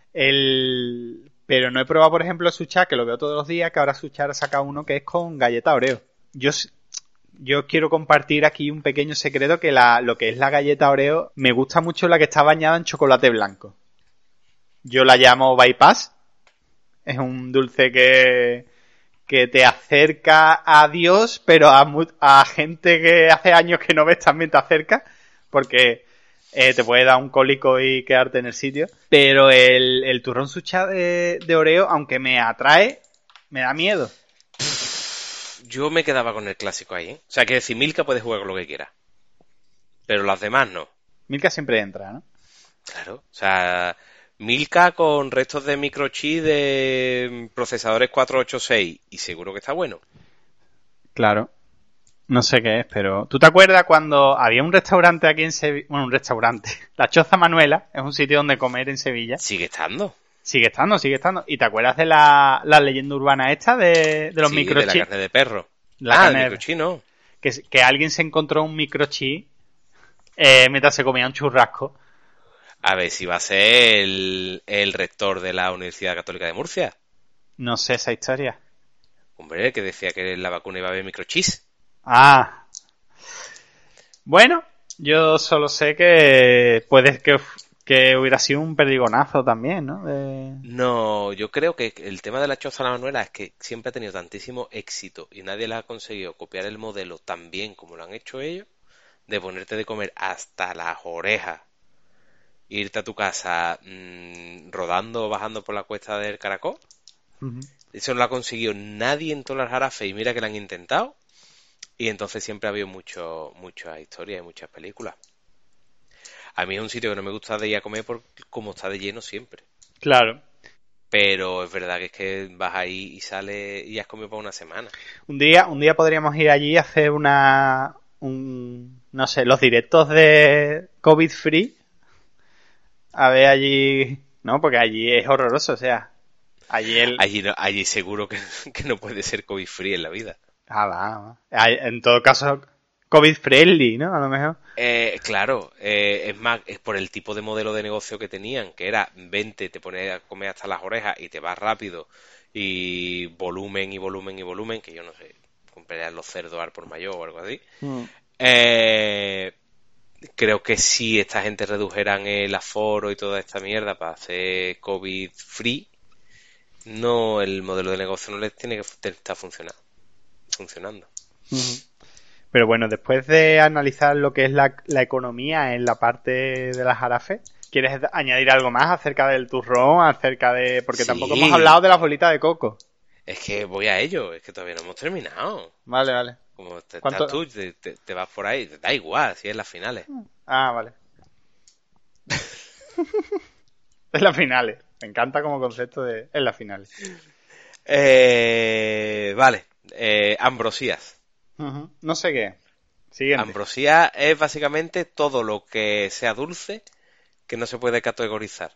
El... Pero no he probado, por ejemplo, Suchar, que lo veo todos los días, que ahora Suchar ha sacado uno que es con galleta Oreo. Yo, s- yo quiero compartir aquí un pequeño secreto, que la, lo que es la galleta Oreo, me gusta mucho la que está bañada en chocolate blanco. Yo la llamo bypass. Es un dulce que, que te acerca a Dios, pero a, mu- a gente que hace años que no ves también te acerca, porque eh, te puede dar un cólico y quedarte en el sitio. Pero el, el turrón sucha de, de Oreo, aunque me atrae, me da miedo. Yo me quedaba con el clásico ahí, ¿eh? O sea, que decir, Milka puede jugar con lo que quiera. Pero las demás no. Milka siempre entra, ¿no? Claro. O sea, Milka con restos de microchip de procesadores cuatrocientos ochenta y seis. Y seguro que está bueno. Claro. No sé qué es, pero... ¿Tú te acuerdas cuando había un restaurante aquí en Sevilla? Bueno, un restaurante. La Choza Manuela es un sitio donde comer en Sevilla. Sigue estando. Sigue estando, sigue estando. ¿Y te acuerdas de la, la leyenda urbana esta de, de los Sí, de la microchips? carne de perro. La ah, carne de de- microchip no. Que, que alguien se encontró un microchip eh, mientras se comía un churrasco. A ver, si va a ser el, el rector de la Universidad Católica de Murcia. No sé esa historia. Hombre, el que decía que la vacuna iba a haber microchips. Ah. Bueno, yo solo sé que puede que, Que hubiera sido un perdigonazo también, ¿no? De... No, yo creo que el tema de la choza a la manuela es que siempre ha tenido tantísimo éxito y nadie le ha conseguido copiar el modelo tan bien como lo han hecho ellos, de ponerte de comer hasta las orejas, irte a tu casa mmm, rodando o bajando por la cuesta del Caracol. Uh-huh. Eso no lo ha conseguido nadie en todas las jarafes y mira que lo han intentado. Y entonces siempre ha habido mucho, muchas historias y muchas películas. A mí es un sitio que no me gusta de ir a comer por como está de lleno siempre. Claro. Pero es verdad que es que vas ahí y sales y has comido por una semana. Un día, un día podríamos ir allí a hacer una, un, no sé, los directos de COVID free. A ver allí, no, porque allí es horroroso, o sea, allí el... Allí, no, allí seguro que, que no puede ser COVID free en la vida. Ah, va, va. En todo caso, COVID friendly, ¿no? A lo mejor. Eh, claro, eh, es más, es por el tipo de modelo de negocio que tenían, que era vente, te pones a comer hasta las orejas y te vas rápido y volumen y volumen y volumen, que yo no sé, comprarían los cerdos al por mayor o algo así. Mm. Eh, creo que si esta gente redujeran el aforo y toda esta mierda para hacer COVID free, no, el modelo de negocio no les tiene que estar funcionando. funcionando. Uh-huh. Pero bueno, después de analizar lo que es la, la economía en la parte de las jarafes, ¿quieres añadir algo más acerca del turrón, acerca de... porque sí. Tampoco hemos hablado de las bolitas de coco. Es que voy a ello, es que todavía no hemos terminado. Vale, vale. Como te, estás tú, te, te, te vas por ahí, da igual, si es las finales. Ah, vale. Es las finales. Me encanta como concepto de... es las finales. Eh, vale. Eh, ambrosías. Uh-huh. No sé qué. Siguiente. Ambrosía es básicamente todo lo que sea dulce que no se puede categorizar.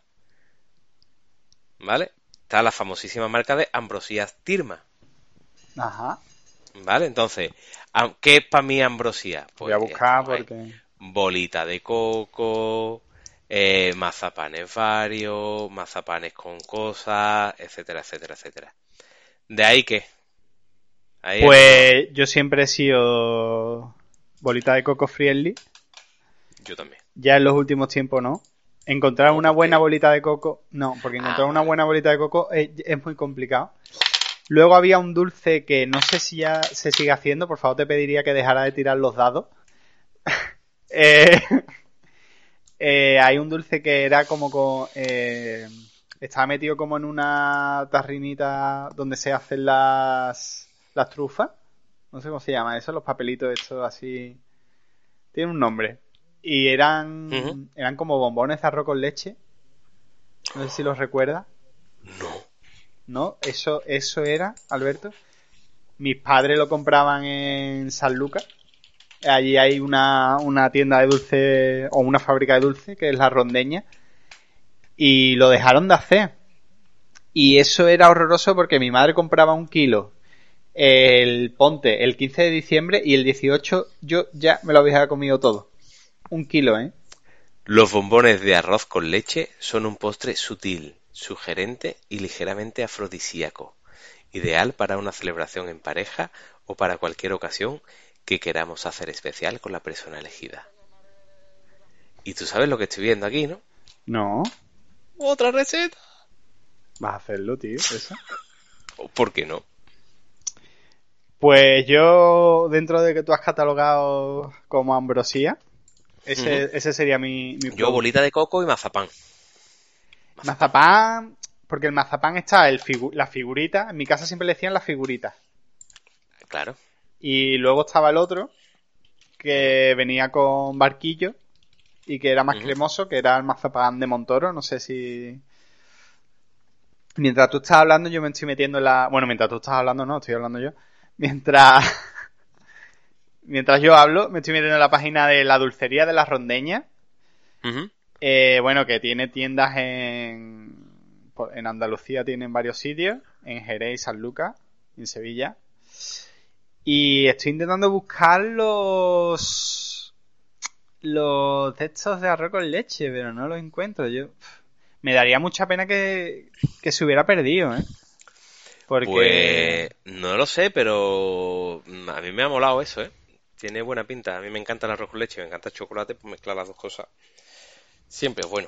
¿Vale? Está la famosísima marca de Ambrosías Tirma. Ajá. ¿Vale? Entonces, ¿qué es para mí ambrosía? Pues, voy a buscar porque... bolita de coco, eh, mazapanes varios, mazapanes con cosas, etcétera, etcétera, etcétera. ¿De ahí qué? Ahí pues yo siempre he sido bolita de coco friendly. Yo también. Ya en los últimos tiempos no. Encontrar no, una buena bolita de coco, no, porque encontrar ah, una buena bolita de coco es, es muy complicado. Luego había un dulce que no sé si ya se sigue haciendo, por favor te pediría que dejara de tirar los dados. eh, eh, hay un dulce que era como con... Eh, estaba metido como en una tarrinita donde se hacen las... las trufas, no sé cómo se llama eso, los papelitos estos así, tienen un nombre, y eran uh-huh. eran como bombones de arroz con leche, no sé si los recuerdas. No. No, eso eso era, Alberto, mis padres lo compraban en San Lucas, allí hay una, una tienda de dulce, o una fábrica de dulce, que es La Rondeña, y lo dejaron de hacer, y eso era horroroso porque mi madre compraba un kilo el ponte el quince de diciembre y el dieciocho yo ya me lo había comido todo. Un kilo, ¿eh? Los bombones de arroz con leche son un postre sutil, sugerente y ligeramente afrodisíaco, ideal para una celebración en pareja o para cualquier ocasión que queramos hacer especial con la persona elegida. Y tú sabes lo que estoy viendo aquí, ¿no? No. ¿Otra receta? ¿Vas a hacerlo, tío? ¿Eso? ¿Por qué no? Pues yo, dentro de que tú has catalogado como ambrosía, ese, uh-huh. ese sería mi, mi yo bolita de coco y mazapán. Mazapán, mazapán porque el mazapán está el figu- la figurita, en mi casa siempre le decían las figuritas. Claro. Y luego estaba el otro, que venía con barquillo y que era más uh-huh. cremoso, que era el mazapán de Montoro, no sé si... Mientras tú estás hablando yo me estoy metiendo en la... Bueno, mientras tú estás hablando no, estoy hablando yo. Mientras mientras yo hablo, me estoy metiendo en la página de la dulcería de La Rondeña. Uh-huh. Eh, bueno, que tiene tiendas en en Andalucía, tiene en varios sitios, en Jerez y San Lucas, en Sevilla. Y estoy intentando buscar los los de estos de arroz con leche, pero no los encuentro. Yo me daría mucha pena que, que se hubiera perdido, ¿eh? Porque... Pues no lo sé, pero a mí me ha molado eso, ¿eh? Tiene buena pinta. A mí me encanta el arroz con leche, me encanta el chocolate, pues mezclar las dos cosas siempre es bueno.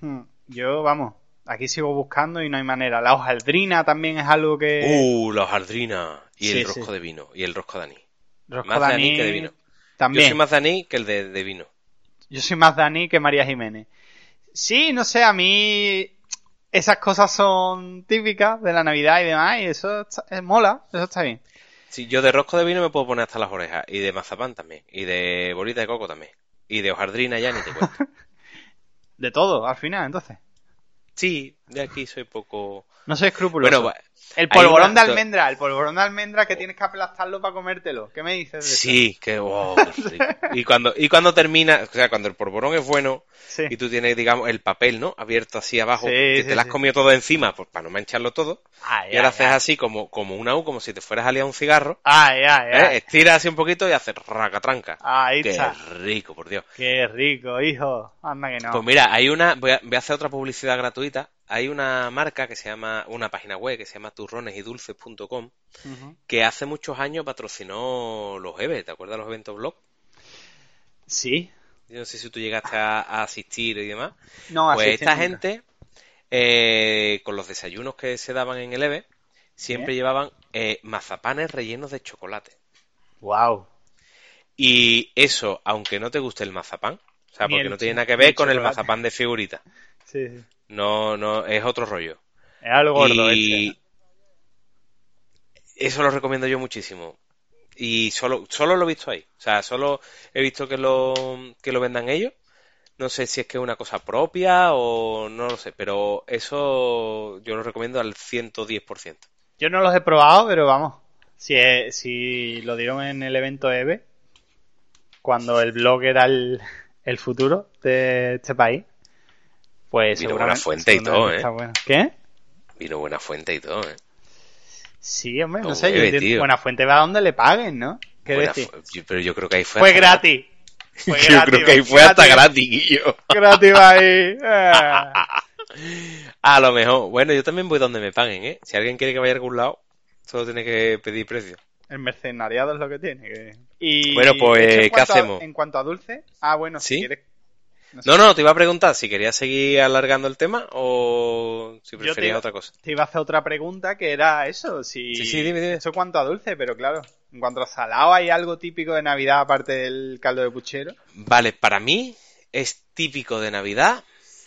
Hmm. Yo, vamos, aquí sigo buscando y no hay manera. La hojaldrina también es algo que... Uh, la hojaldrina. Y Sí, el rosco sí. de vino. Y el rosco de anís. Rosco Más de de anís anís que de vino. también. Yo soy más de anís que el de, de vino. Yo soy más Dani que María Jiménez. Sí, no sé, a mí esas cosas son típicas de la Navidad y demás, y eso está, eh, mola, eso está bien. Sí, yo de rosco de vino me puedo poner hasta las orejas. Y de mazapán también. Y de bolita de coco también. Y de hojaldrina ya ni te cuento. De todo, al final, entonces. Sí, de aquí soy poco... No soy escrupuloso. Bueno, va- el hay polvorón una- de almendra, el polvorón de almendra que tienes que aplastarlo para comértelo. ¿Qué me dices de eso? Sí, que wow, qué rico. Y cuando, y cuando termina, o sea, cuando el polvorón es bueno Sí. y tú tienes, digamos, el papel, ¿no? Abierto así abajo, Sí, que sí, te lo has sí. comido todo encima, pues para no mancharlo todo. Ay, Y ahora ay, haces ay. así como, como una U, como si te fueras a liar un cigarro. Ay, ay, ¿eh? ay. Estiras así un poquito y haces racatranca. Ahí Qué está. rico, por Dios. Qué rico, hijo. Anda que no. Pues mira, hay una, voy a, voy a hacer otra publicidad gratuita. Hay una marca que se llama, una página web que se llama turrones y dulces punto com, Ujú. que hace muchos años patrocinó los E V E, ¿te acuerdas los eventos blog? Sí. Yo no sé si tú llegaste a, a asistir y demás. No, Pues asistí esta nunca. gente, eh, con los desayunos que se daban en el E V E, siempre ¿Eh? llevaban eh, mazapanes rellenos de chocolate. Wow. Y eso, aunque no te guste el mazapán, o sea, Ni porque el no tiene cho- nada que ni ver el con el chocolate. mazapán de figurita. Sí, sí. No, no, es otro rollo. Es algo gordo Y este. eso lo recomiendo yo muchísimo. Y solo, solo lo he visto ahí. O sea, solo he visto que lo, que lo vendan ellos. No sé si es que es una cosa propia o no lo sé, pero eso yo lo recomiendo al ciento diez por ciento. Yo no los he probado, pero vamos. Si, es- si lo dieron en el evento E V E, cuando el blog era el, el futuro de este país, pues Vino seguramente, Buenafuente y seguramente todo, ¿eh? está bueno. ¿Qué? Vino buena fuente y todo, ¿eh? Sí, hombre, no Lo sé. Yo bebe, entiendo. tío. Buenafuente va donde le paguen, ¿no? ¿Qué Buena decir? fu- yo- pero yo creo que ahí fue Fue hasta gratis. Fue Yo gratis, creo que ahí fue hasta gratis, Guillo. Gratis va ahí. Ah. A lo mejor. Bueno, yo también voy donde me paguen, ¿eh? Si alguien quiere que vaya a algún lado, solo tiene que pedir precio. El mercenariado es lo que tiene. que- Y, Bueno, pues, de hecho, en ¿qué cuanto a- hacemos? en cuanto a dulce, ah, bueno, si ¿Sí? quieres. No sé. No, no, te iba a preguntar si querías seguir alargando el tema o si Yo te preferías iba- otra cosa. Te iba a hacer otra pregunta que era eso, si... Sí, sí, dime, dime. Eso cuanto a dulce, pero claro, en cuanto a salado, ¿hay algo típico de Navidad aparte del caldo de puchero? Vale, para mí es típico de Navidad,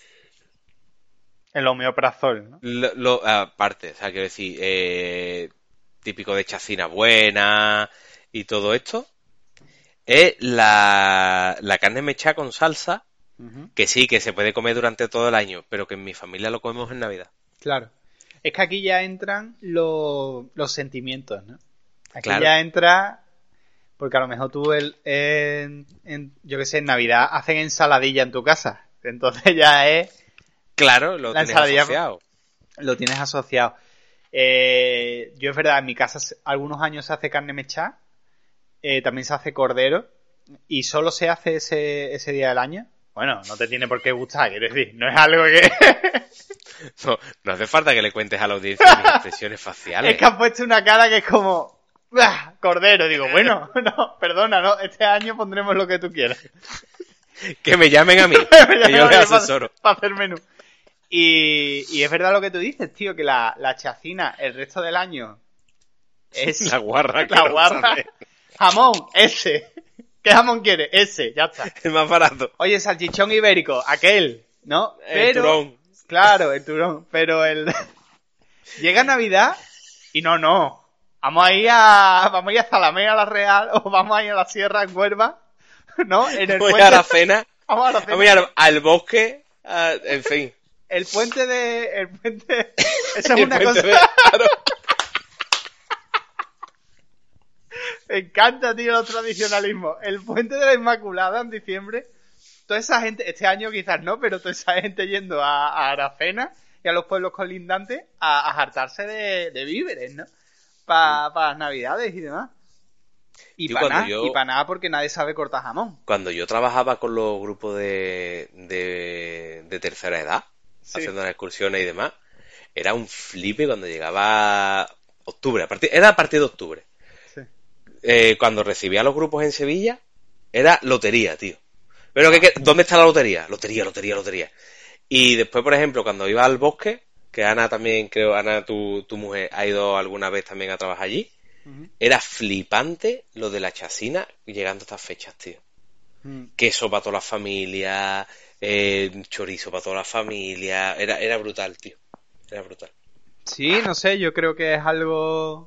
El homeoprazol, ¿no? lo, lo- aparte, o sea, quiero decir, eh, típico de chacina buena y todo esto, es la, la carne mechada con salsa, Ujú. que sí, que se puede comer durante todo el año, pero que en mi familia lo comemos en Navidad. Claro. Es que aquí ya entran los, los sentimientos, ¿no? Aquí Claro. ya entra... Porque a lo mejor tú, el, en, en- yo que sé, en Navidad hacen ensaladilla en tu casa. Entonces ya es... Claro, lo La tienes ensaladilla- asociado. Lo tienes asociado. Eh, yo es verdad, en mi casa se- algunos años se hace carne mechada, eh, también se hace cordero, y solo se hace ese, ese día del año. Bueno, no te tiene por qué gustar, quiero decir, no es algo que... No, no hace falta que le cuentes a la audiencia mis expresiones faciales. es que has puesto una cara que es como... "Ah, cordero", digo, bueno, no, perdona, no, este año pondremos lo que tú quieras. Que me llamen a mí, que yo les asesoro. Para hacer menú. Y, y es verdad lo que tú dices, tío, que la, la chacina el resto del año es... La guarra, que La no guarra. sabe. Jamón, ese. ¿Qué jamón quieres? Ese, ya está. El más barato. Oye, salchichón ibérico, aquel, ¿no? El turón. Claro, el turón. Pero el... Llega Navidad y no, no. Vamos a ir a... Vamos a ir a Zalamea, la Real, o vamos a ir a la Sierra en Huelva, ¿no? En el Voy puente... a la cena, Vamos a la cena. vamos a ir al, al bosque, a- en fin. El puente de... El puente... Eso es El una puente cosa... de- claro. Me encanta, tío, los tradicionalismos. El puente de la Inmaculada en diciembre. Toda esa gente, este año quizás no, pero toda esa gente yendo a, a Aracena y a los pueblos colindantes a, a hartarse de, de víveres, ¿no? Para las navidades y demás. Y Yo para cuando nada, yo- y para nada porque nadie sabe cortar jamón. Cuando yo trabajaba con los grupos de, de, de tercera edad, Sí. haciendo las excursiones y demás, era un flipe cuando llegaba octubre. A partir, era a partir de octubre. Sí. Eh, cuando recibía a los grupos en Sevilla, era lotería, tío. Pero que, que- ¿dónde está la lotería? Lotería, lotería, lotería. Y después, por ejemplo, cuando iba al bosque, que Ana también, creo, Ana, tu, tu mujer, ha ido alguna vez también a trabajar allí, uh-huh. Era flipante lo de la chacina llegando a estas fechas, tío. Uh-huh. Queso para toda la familia, eh, chorizo para toda la familia, era, era brutal, tío, era brutal. Sí, no sé, yo creo que es algo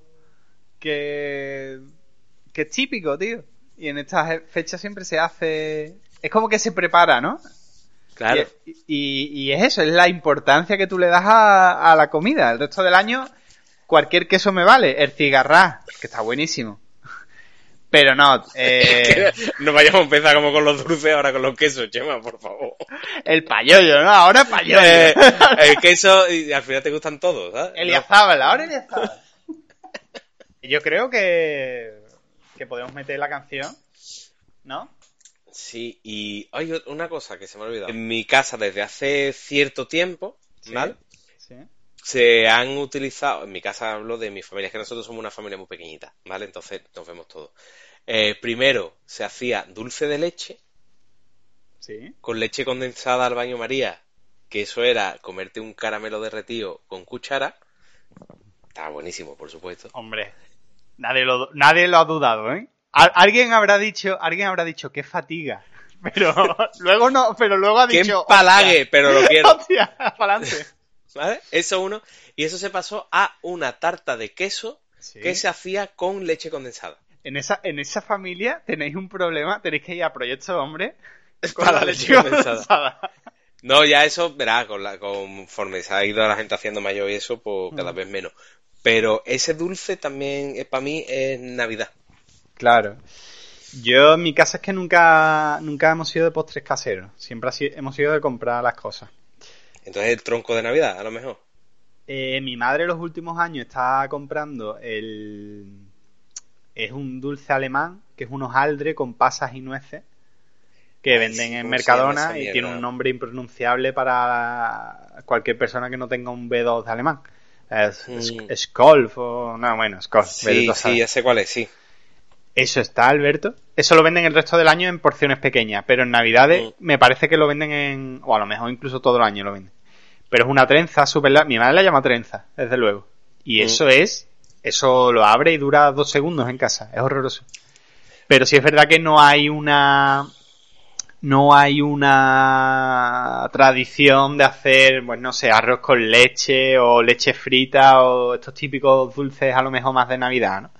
que, que es típico, tío. Y en estas fechas siempre se hace... Es como que se prepara, ¿no? Claro. Y, y, y es eso, es la importancia que tú le das a, a la comida. El resto del año, cualquier queso me vale. El cigarrá, que está buenísimo. Pero no, eh... no vayamos a empezar como con los dulces, ahora con los quesos, Chema, por favor. El payollo, ¿no? Ahora payollo. Eh, el queso, y al final te gustan todos, ¿sabes? Eliazábal, ahora Eliazábal. Yo creo que... que podemos meter la canción, ¿no? Sí, y hay una cosa que se me ha olvidado. En mi casa, desde hace cierto tiempo, sí, ¿vale? Sí. Se han utilizado, en mi casa hablo de mi familia, es que nosotros somos una familia muy pequeñita, ¿vale? Entonces nos vemos todos. Eh, primero se hacía dulce de leche, sí, con leche condensada al baño María, que eso era comerte un caramelo derretido con cuchara. Estaba buenísimo, por supuesto. Hombre, nadie lo, nadie lo ha dudado, ¿eh? Alguien habrá dicho, alguien habrá dicho qué fatiga, pero luego no, pero luego ha dicho ¡qué empalague! Pero lo quiero. Hostia, para adelante. ¿Vale? Eso uno. Y eso se pasó a una tarta de queso, sí, que se hacía con leche condensada. En esa, en esa familia tenéis un problema, tenéis que ir a Proyecto Hombre con para la leche condensada. condensada. No, ya eso, verás, con la, conforme se ha ido la gente haciendo mayor y eso, pues cada mm. vez menos. Pero ese dulce también, para mí, es Navidad. Claro. Yo en mi casa es que nunca nunca hemos sido de postres caseros. Siempre así, hemos sido de comprar las cosas. Entonces el tronco de Navidad, a lo mejor. Eh, mi madre los últimos años está comprando el... Es un dulce alemán, que es un hojaldre con pasas y nueces, que Ay, venden sí, en Mercadona y tiene un nombre impronunciable para cualquier persona que no tenga un B dos de alemán. Es, mm. es Skolf o... No, bueno, Skolf. Sí, sí, ya sé cuál es, sí. Eso está, Alberto. Eso lo venden el resto del año en porciones pequeñas, pero en Navidades mm. me parece que lo venden en... O a lo mejor incluso todo el año lo venden. Pero es una trenza súper larga. Mi madre la llama trenza, desde luego. Y mm. eso es... Eso lo abre y dura dos segundos en casa. Es horroroso. Pero sí es verdad que no hay una... No hay una tradición de hacer, pues no sé, arroz con leche o leche frita o estos típicos dulces a lo mejor más de Navidad, ¿no?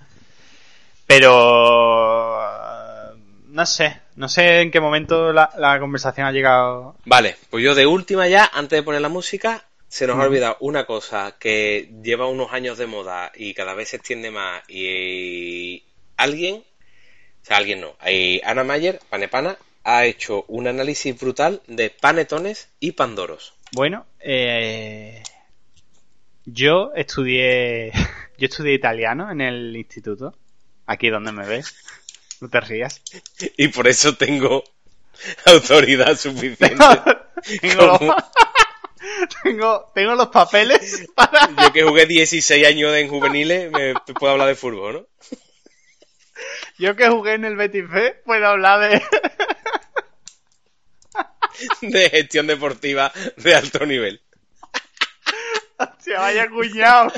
Pero no sé, no sé en qué momento la, la conversación ha llegado. Vale, pues yo de última ya, antes de poner la música, se nos mm. ha olvidado una cosa que lleva unos años de moda y cada vez se extiende más y, y alguien, o sea, alguien no, hay Ana Mayer, Panepana, ha hecho un análisis brutal de panetones y pandoros. Bueno, eh, yo estudié, yo estudié italiano en el instituto. Aquí donde me ves. No te rías. Y por eso tengo autoridad suficiente. tengo, como... tengo, tengo los papeles para... Yo que jugué dieciséis años en juveniles, me puedo hablar de fútbol, ¿no? Yo que jugué en el Betis B, puedo hablar de... de gestión deportiva de alto nivel. Hostia, vaya cuñado.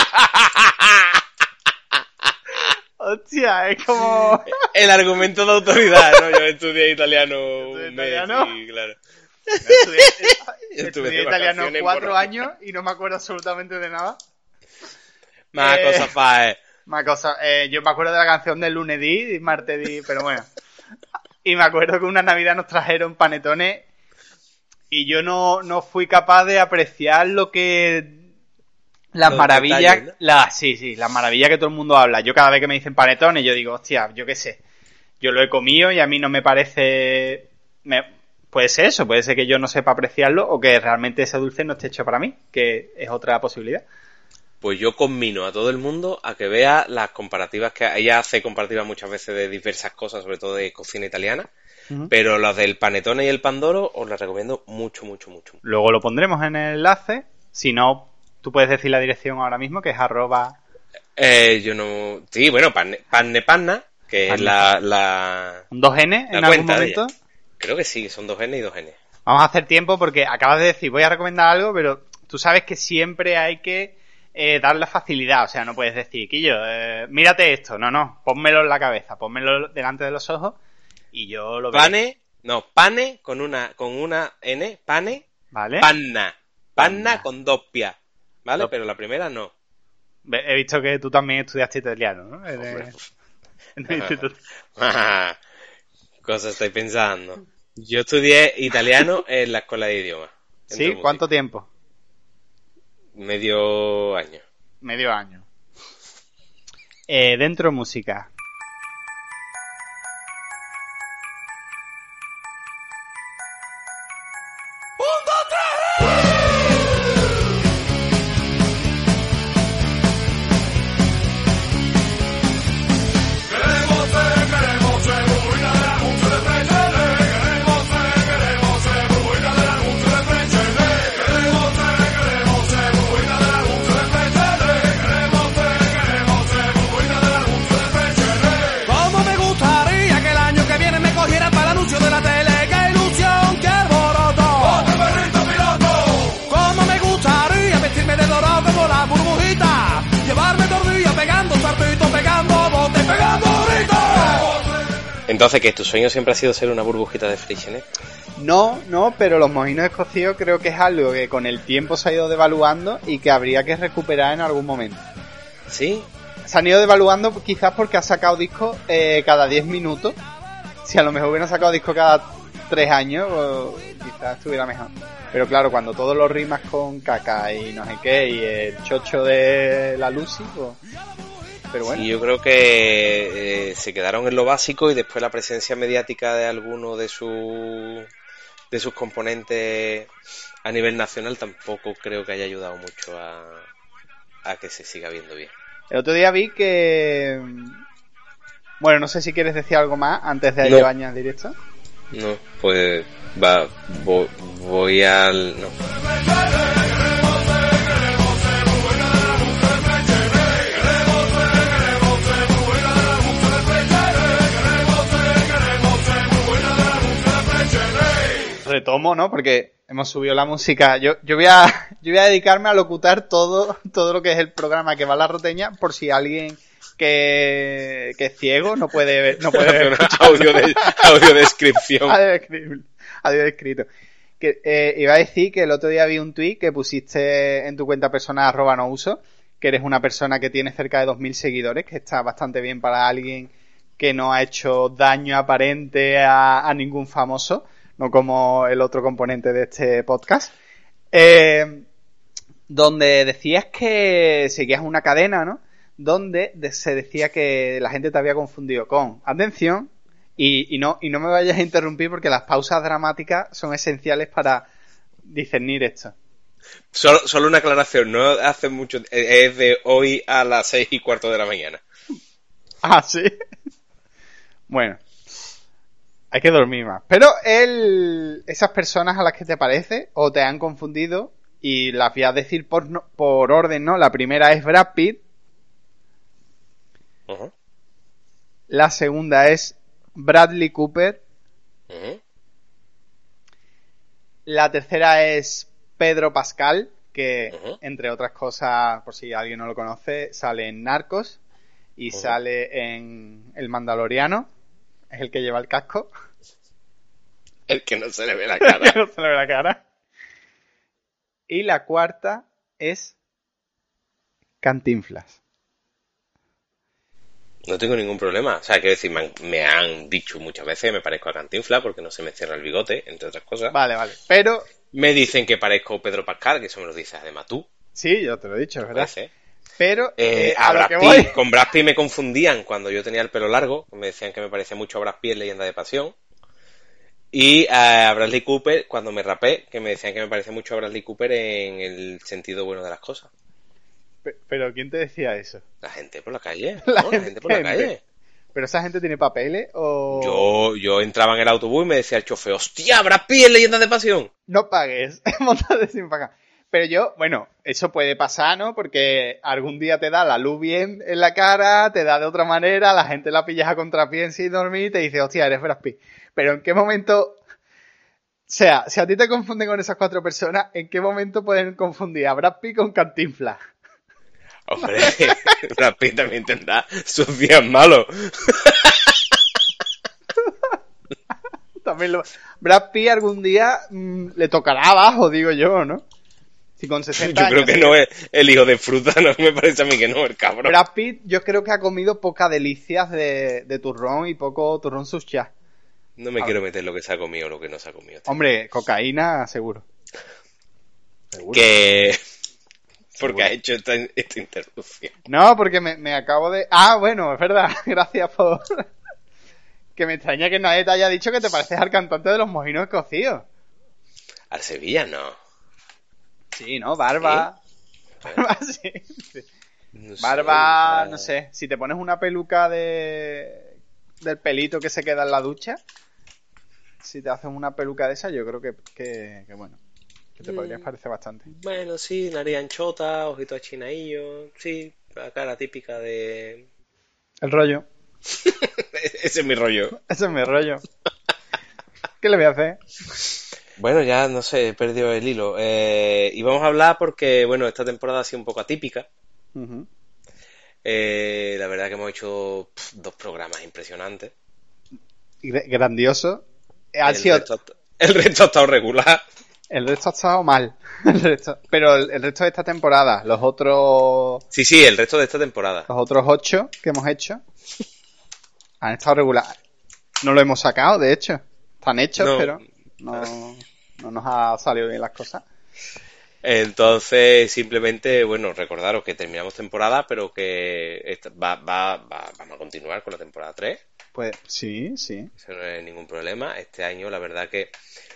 Hostia, es como... El argumento de autoridad, ¿no? Yo estudié italiano un mes, sí, claro. Yo estudié, estudié, estudié italiano cuatro años y no me acuerdo absolutamente de nada. Más eh, cosas para... Más cosas. Eh, yo me acuerdo de la canción de lunedì y martedì, pero bueno. Y me acuerdo que una Navidad nos trajeron panetones y yo no, no fui capaz de apreciar lo que... Las Los maravillas, detalles, ¿no? la, sí, sí, las maravillas que todo el mundo habla. Yo cada vez que me dicen panetones, yo digo, hostia, yo qué sé. Yo lo he comido y a mí no me parece... Me, puede ser eso, puede ser que yo no sepa apreciarlo o que realmente ese dulce no esté hecho para mí, que es otra posibilidad. Pues yo conmino a todo el mundo a que vea las comparativas que... Ella hace comparativas muchas veces de diversas cosas, sobre todo de cocina italiana, uh-huh. pero las del panetone y el pandoro os las recomiendo mucho, mucho, mucho. Luego lo pondremos en el enlace, si no... Tú puedes decir la dirección ahora mismo, que es arroba... Eh, yo no... Sí, bueno, panne, panne panna, que panne. es la... la... ¿Dos N en algún momento? Creo que sí, son dos N y dos N. Vamos a hacer tiempo porque acabas de decir, voy a recomendar algo, pero tú sabes que siempre hay que eh, dar la facilidad. O sea, no puedes decir, Quillo, eh, mírate esto. No, no, pónmelo en la cabeza, pónmelo delante de los ojos y yo lo veo. Pane, no, pane con una, con una N, pane, ¿Vale? panna. Panna, Panna. con dos pias, ¿vale? Dos. Pero la primera no. He visto que tú también estudiaste italiano, ¿no? En el- Hombre. en el instituto. Cosa estáis pensando. Yo estudié italiano en la escuela de idiomas. ¿Sí? Entre ¿Cuánto música. tiempo? Medio año. Medio año. Eh, dentro música. Como me gustaría que el año que viene me cogieran para el anuncio de la tele. ¡Qué ilusión, qué alboroto! ¡Otro perrito piloto! Como me gustaría vestirme de dorado como la burbujita. Llevarme todo el día pegando saltitos, pegando botes, pegando gritos. Entonces, ¿que tu sueño siempre ha sido ser una burbujita de Freixenet? No, no, pero los mojinos escocíos creo que es algo que con el tiempo se ha ido devaluando y que habría que recuperar en algún momento. ¿Sí? Se han ido devaluando quizás porque ha sacado discos eh, cada diez minutos. Si a lo mejor hubieran sacado discos cada tres años, pues, quizás estuviera mejor. Pero claro, cuando todos los rimas con caca y no sé qué, y el chocho de la Lucy, pues... Pero bueno, Y yo creo que eh, se quedaron en lo básico y después la presencia mediática de alguno de sus de sus componentes a nivel nacional tampoco creo que haya ayudado mucho a, a que se siga viendo bien. el otro día vi que... Bueno, no sé si quieres decir algo más antes de No. yo añadir esto. No, pues va, voy, voy al... No. Retomo, ¿no? Porque hemos subido la música. Yo, yo voy a, yo voy a dedicarme a locutar todo, todo lo que es el programa que va a la roteña, por si alguien que, que es ciego no puede ver, no puede ver. audio de audio descripción. Audio escrito. Audio escrito. Que, eh, iba a decir que el otro día vi un tuit que pusiste en tu cuenta personal arroba no uso, que eres una persona que tiene cerca de dos mil seguidores, que está bastante bien para alguien que no ha hecho daño aparente a, a ningún famoso, no como el otro componente de este podcast, eh, donde decías que seguías una cadena, ¿no? Donde de- se decía que la gente te había confundido con atención y, y no y no me vayas a interrumpir porque las pausas dramáticas son esenciales para discernir esto. Solo, solo una aclaración, no hace mucho, eh, es de hoy a las seis y cuarto de la mañana. Ah, sí. Bueno, hay que dormir más. Pero el, esas personas a las que te parece o te han confundido y las voy a decir por, no- por orden, ¿no? La primera es Brad Pitt, Ujú, la segunda es Bradley Cooper, ujú. la tercera es Pedro Pascal, que Ujú. entre otras cosas, por si alguien no lo conoce, sale en Narcos y Ujú. sale en El Mandaloriano, es el que lleva el casco. El que no se le ve la Que cara. no se le ve la cara. Y la cuarta es Cantinflas. No tengo ningún problema. O sea, quiero decir, me han, me han dicho muchas veces que me parezco a Cantinflas porque no se me cierra el bigote, entre otras cosas. Vale, vale. Pero, Me dicen que parezco Pedro Pascal, que eso me lo dices además tú. sí, yo te lo he dicho, es verdad. Veces. Pero, Eh, eh, a a lo Brad que Pitt, voy... con Brad Pitt me confundían cuando yo tenía el pelo largo. Me decían que me parecía mucho a Brad Pitt en Leyenda de Pasión. Y a Bradley Cooper cuando me rapé, que me decían que me parecía mucho a Bradley Cooper en el sentido bueno de las cosas. Pe- Pero, ¿quién te decía eso? La gente por la calle, La ¿no? La gente por la gente. calle. ¿Pero esa gente tiene papeles o...? Yo, yo entraba en el autobús y me decía el chofer, ¡hostia, Brad Pitt en Leyenda de Pasión! No pagues, montate sin pagar. Pero yo, bueno, eso puede pasar, ¿no? Porque algún día te da la luz bien en la cara, te da de otra manera, la gente la pillas a contrapié sin dormir y te dice, hostia, eres Brad Pitt. Pero ¿en qué momento sea, si a ti te confunden con esas cuatro personas, ¿en qué momento pueden confundir a Brad Pitt con Cantinflas? Hombre, Brad Pitt también tendrá sus días malos. También lo... Brad Pitt algún día mmm, le tocará abajo, digo yo, ¿no? Si con sesenta yo creo años, que ¿sí? no es el hijo de fruta, no me parece a mí que no, el cabrón. Brad Pitt yo creo que ha comido pocas delicias de, de turrón y poco turrón sushi. No me quiero meter lo que se ha comido o lo que no se ha comido. Tío. Hombre, cocaína, seguro. Seguro. Que... Porque ha hecho esta, esta interrupción. No, porque me, me acabo de... Ah, bueno, es verdad. Gracias por... que me extraña que nadie te haya dicho que te pareces al cantante de los mojinos cocidos. Al Sevilla, no. Sí, ¿no? Barba. ¿Sí? Barba, sí. sí. No sé, Barba, no, no sé. Si te pones una peluca de... del pelito que se queda en la ducha, si te haces una peluca de esa, yo creo que, que, que bueno, que te podrías parecer bastante. Bueno, sí, nariz anchota, ojito achinaillo, sí, la cara típica de... El rollo. Ese es mi rollo. Ese es mi rollo. ¿Qué le voy a hacer? Bueno, ya no sé, he perdido el hilo. Eh, y vamos a hablar porque, bueno, esta temporada ha sido un poco atípica. Uh-huh. Eh, la verdad que hemos hecho pff, dos programas impresionantes. Grandioso. Han El, sido... resto, el resto ha estado regular. El resto ha estado mal. El resto... Pero el, el resto de esta temporada, los otros... Sí, sí, el resto de esta temporada. Los otros ocho que hemos hecho han estado regular. No lo hemos sacado, de hecho. Están hechos, No. pero no, no nos ha salido bien las cosas. Entonces, simplemente, bueno, recordaros que terminamos temporada, pero que esta, va, va, va, vamos a continuar con la temporada tres. Pues sí, sí. Eso no es ningún problema. Este año, la verdad que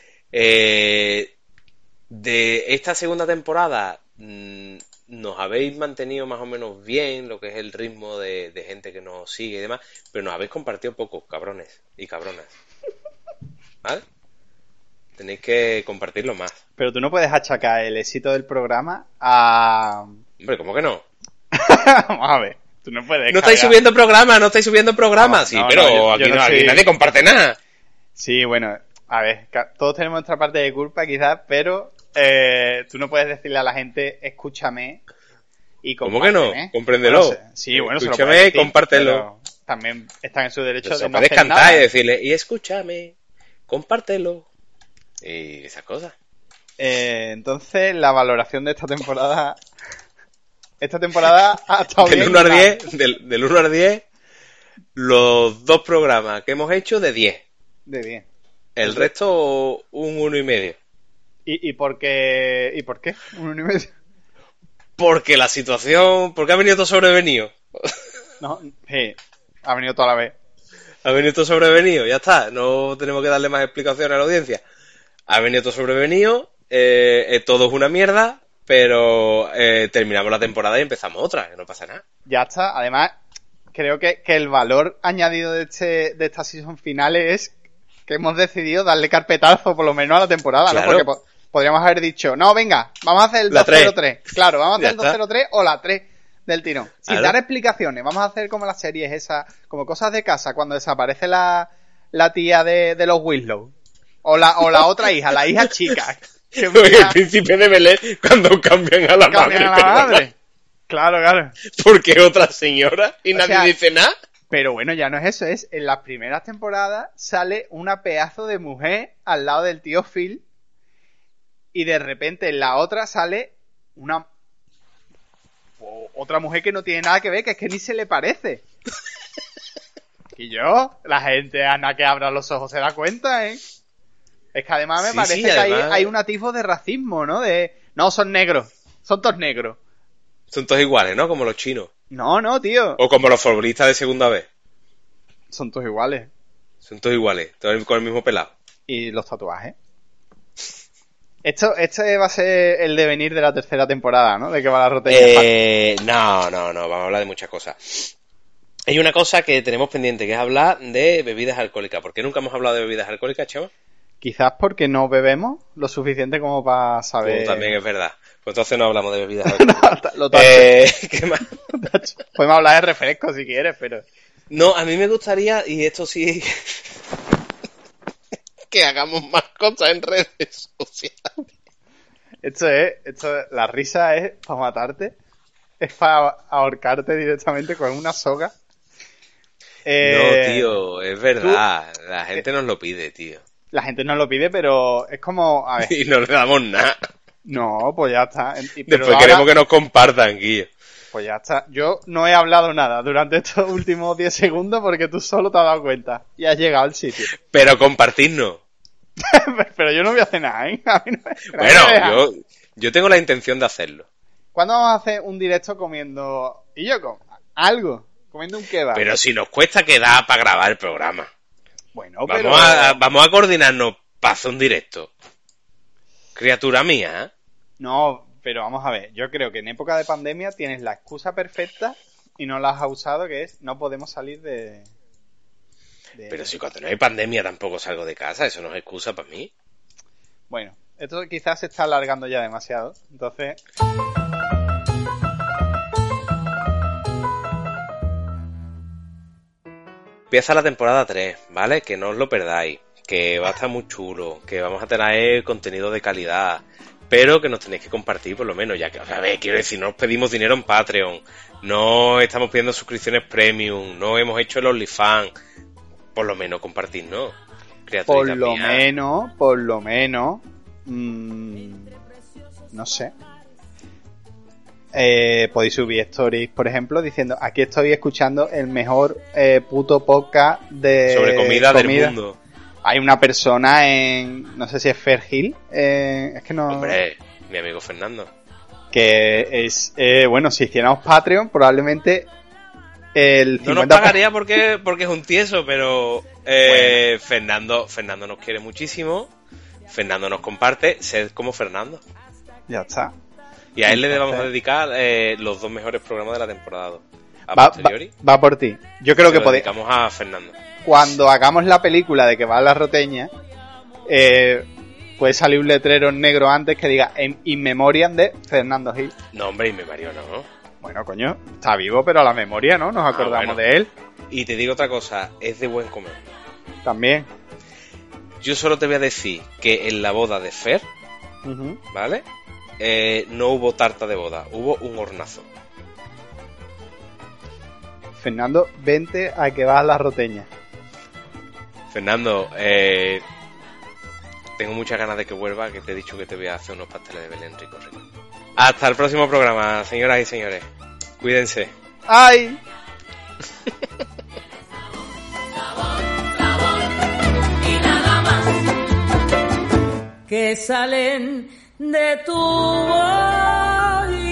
eh, de esta segunda temporada mmm, nos habéis mantenido más o menos bien lo que es el ritmo de, de gente que nos sigue y demás, pero nos habéis compartido poco, cabrones y cabronas. ¿Vale? Tenéis que compartirlo más. Pero tú no puedes achacar el éxito del programa a... Hombre, ¿cómo que no? Vamos a ver. Tú no puedes No estáis cargar. subiendo programas, no estáis subiendo programas. No, sí, no, pero no, yo- aquí, yo no no, aquí soy- nadie comparte nada. Sí, bueno, a ver, ca- todos tenemos nuestra parte de culpa quizás, pero eh, tú no puedes decirle a la gente, escúchame y ¿Cómo que no? compárteme. Compréndelo. Bueno, se- sí, bueno, se lo Escúchame, puedes decir, compártelo. pero también están en su derecho Eso de no puedes hacer cantar nada. y decirle, y escúchame, compártelo. Y esas cosas. Eh, entonces, la valoración de esta temporada... Esta temporada ha estado Del bien. uno al la- diez, del, del uno al diez, los dos programas que hemos hecho de diez. De bien. El resto, un uno y medio. ¿Y, y por qué? ¿Y por qué? Un uno y medio. Porque la situación, porque ha venido todo sobrevenido. No, sí, ha venido toda la vez. Ha venido todo sobrevenido, ya está. No tenemos que darle más explicaciones a la audiencia. Ha venido todo sobrevenido, eh, eh, todo es una mierda, pero eh, terminamos la temporada y empezamos otra, que no pasa nada. Ya está. Además, creo que, que el valor añadido de este de esta season final es que hemos decidido darle carpetazo por lo menos a la temporada, Claro. ¿no? Porque po- podríamos haber dicho, no, venga, vamos a hacer el La dos cero tres. Claro, vamos a hacer Ya el dos cero tres o la tres del tirón. Sin Claro. dar explicaciones. Vamos a hacer como las series esas, como cosas de casa, cuando desaparece la, la tía de, de los Winslow. O la, o la otra hija, la hija chica. Que un El día príncipe de Belén cuando cambian a la cambian madre. a la perdona. madre. Claro, claro. Porque es otra señora y O nadie sea, dice nada. Pero bueno, ya no es eso, es en las primeras temporadas sale una pedazo de mujer al lado del tío Phil y de repente en la otra sale una o- otra mujer que no tiene nada que ver, que es que ni se le parece. Y yo, la gente Ana que abra los ojos se da cuenta, ¿eh? Es que además me Sí, parece sí, que hay, además- hay un atisbo de racismo, ¿no? De, no, son negros, son todos negros. Son todos iguales, ¿no? Como los chinos. No, no, tío, O como los futbolistas de segunda vez. son todos iguales. Son todos iguales, todos con el mismo pelado. Y los tatuajes. Esto, este va a ser el devenir de la tercera temporada, ¿no? De que va la roteña. Eh, no, no, no, vamos a hablar de muchas cosas. Hay una cosa que tenemos pendiente, que es hablar de bebidas alcohólicas. ¿Por qué nunca hemos hablado de bebidas alcohólicas, chaval? Quizás porque no bebemos lo suficiente como para saber. Pues también es verdad. Pues entonces no hablamos de bebidas alcohólicas. Lo tacho, eh, ¿qué más? tacho. Podemos hablar de refrescos si quieres, pero. No, a mí me gustaría, y esto sí... que hagamos más cosas en redes sociales. Esto es, esto es- la risa es para matarte, es para ahorcarte directamente con una soga. Eh, No, tío, es verdad. La gente nos lo pide, tío. La gente nos lo pide, pero es como, a ver, Y no le damos nada. no, pues ya está. Y- pero Después ahora- queremos que nos compartan, Guillo. Pues ya está. Yo no he hablado nada durante estos últimos diez segundos porque tú solo te has dado cuenta y has llegado al sitio. Pero compartirnos. Pero yo no voy a hacer nada, ¿eh? A mí no me- Bueno, no me deja. yo, yo tengo la intención de hacerlo. ¿Cuándo vamos a hacer un directo comiendo... Y yo con algo, comiendo un kebab? Pero si nos cuesta quedar para grabar el programa. Bueno, Vamos, pero... a, vamos a coordinarnos para hacer un directo. Criatura mía, ¿eh? No, pero vamos a ver. Yo creo que en época de pandemia tienes la excusa perfecta y no la has usado, que es no podemos salir de... de- Pero si cuando no hay pandemia tampoco salgo de casa, eso no es excusa para mí. Bueno, esto quizás se está alargando ya demasiado. Entonces... Empieza la temporada tres, ¿vale? Que no os lo perdáis, que va a estar muy chulo, que vamos a tener contenido de calidad, pero que nos tenéis que compartir por lo menos, ya que, o sea, a ver, quiero decir, no os pedimos dinero en Patreon, no estamos pidiendo suscripciones premium, no hemos hecho el OnlyFans, por lo menos compartirnos, Por criaturitas lo mías. menos, por lo menos, mmm, no sé. Eh, podéis subir stories, por ejemplo, diciendo, aquí estoy escuchando el mejor eh, puto podcast de Sobre comida, del mundo. Hay una persona en, no sé si es Fairhill, eh, es que no... Hombre, mi amigo Fernando. Que es, eh, bueno, si hiciéramos Patreon, probablemente el No cincuenta nos por ciento... pagaría porque, porque es un tieso, pero eh, Fernando, Fernando nos quiere muchísimo, Fernando nos comparte, sed como Fernando. Ya está. Y a él le Entonces- vamos a dedicar eh, los dos mejores programas de la temporada dos. A Va, va, posteriori, va por ti. Yo creo se que lo podéis... dedicamos a Fernando. Cuando hagamos la película de que va a la roteña, eh, puede salir un letrero en negro antes que diga en in memoriam de Fernando Gil. No, hombre, y me parió, ¿no? Bueno, coño, está vivo, pero a la memoria, ¿no? Nos acordamos bueno. de él Y te digo otra cosa, es de buen comer. también. Yo solo te voy a decir que en la boda de Fer, Ujú. ¿vale? Eh, no hubo tarta de boda, hubo un hornazo. Fernando, vente a que vas a la roteña. Fernando, eh, tengo muchas ganas de que vuelva, que te he dicho que te voy a hacer unos pasteles de Belén rico, rico. Hasta el próximo programa, señoras y señores. Cuídense. ¡Ay! que salen de tu boca.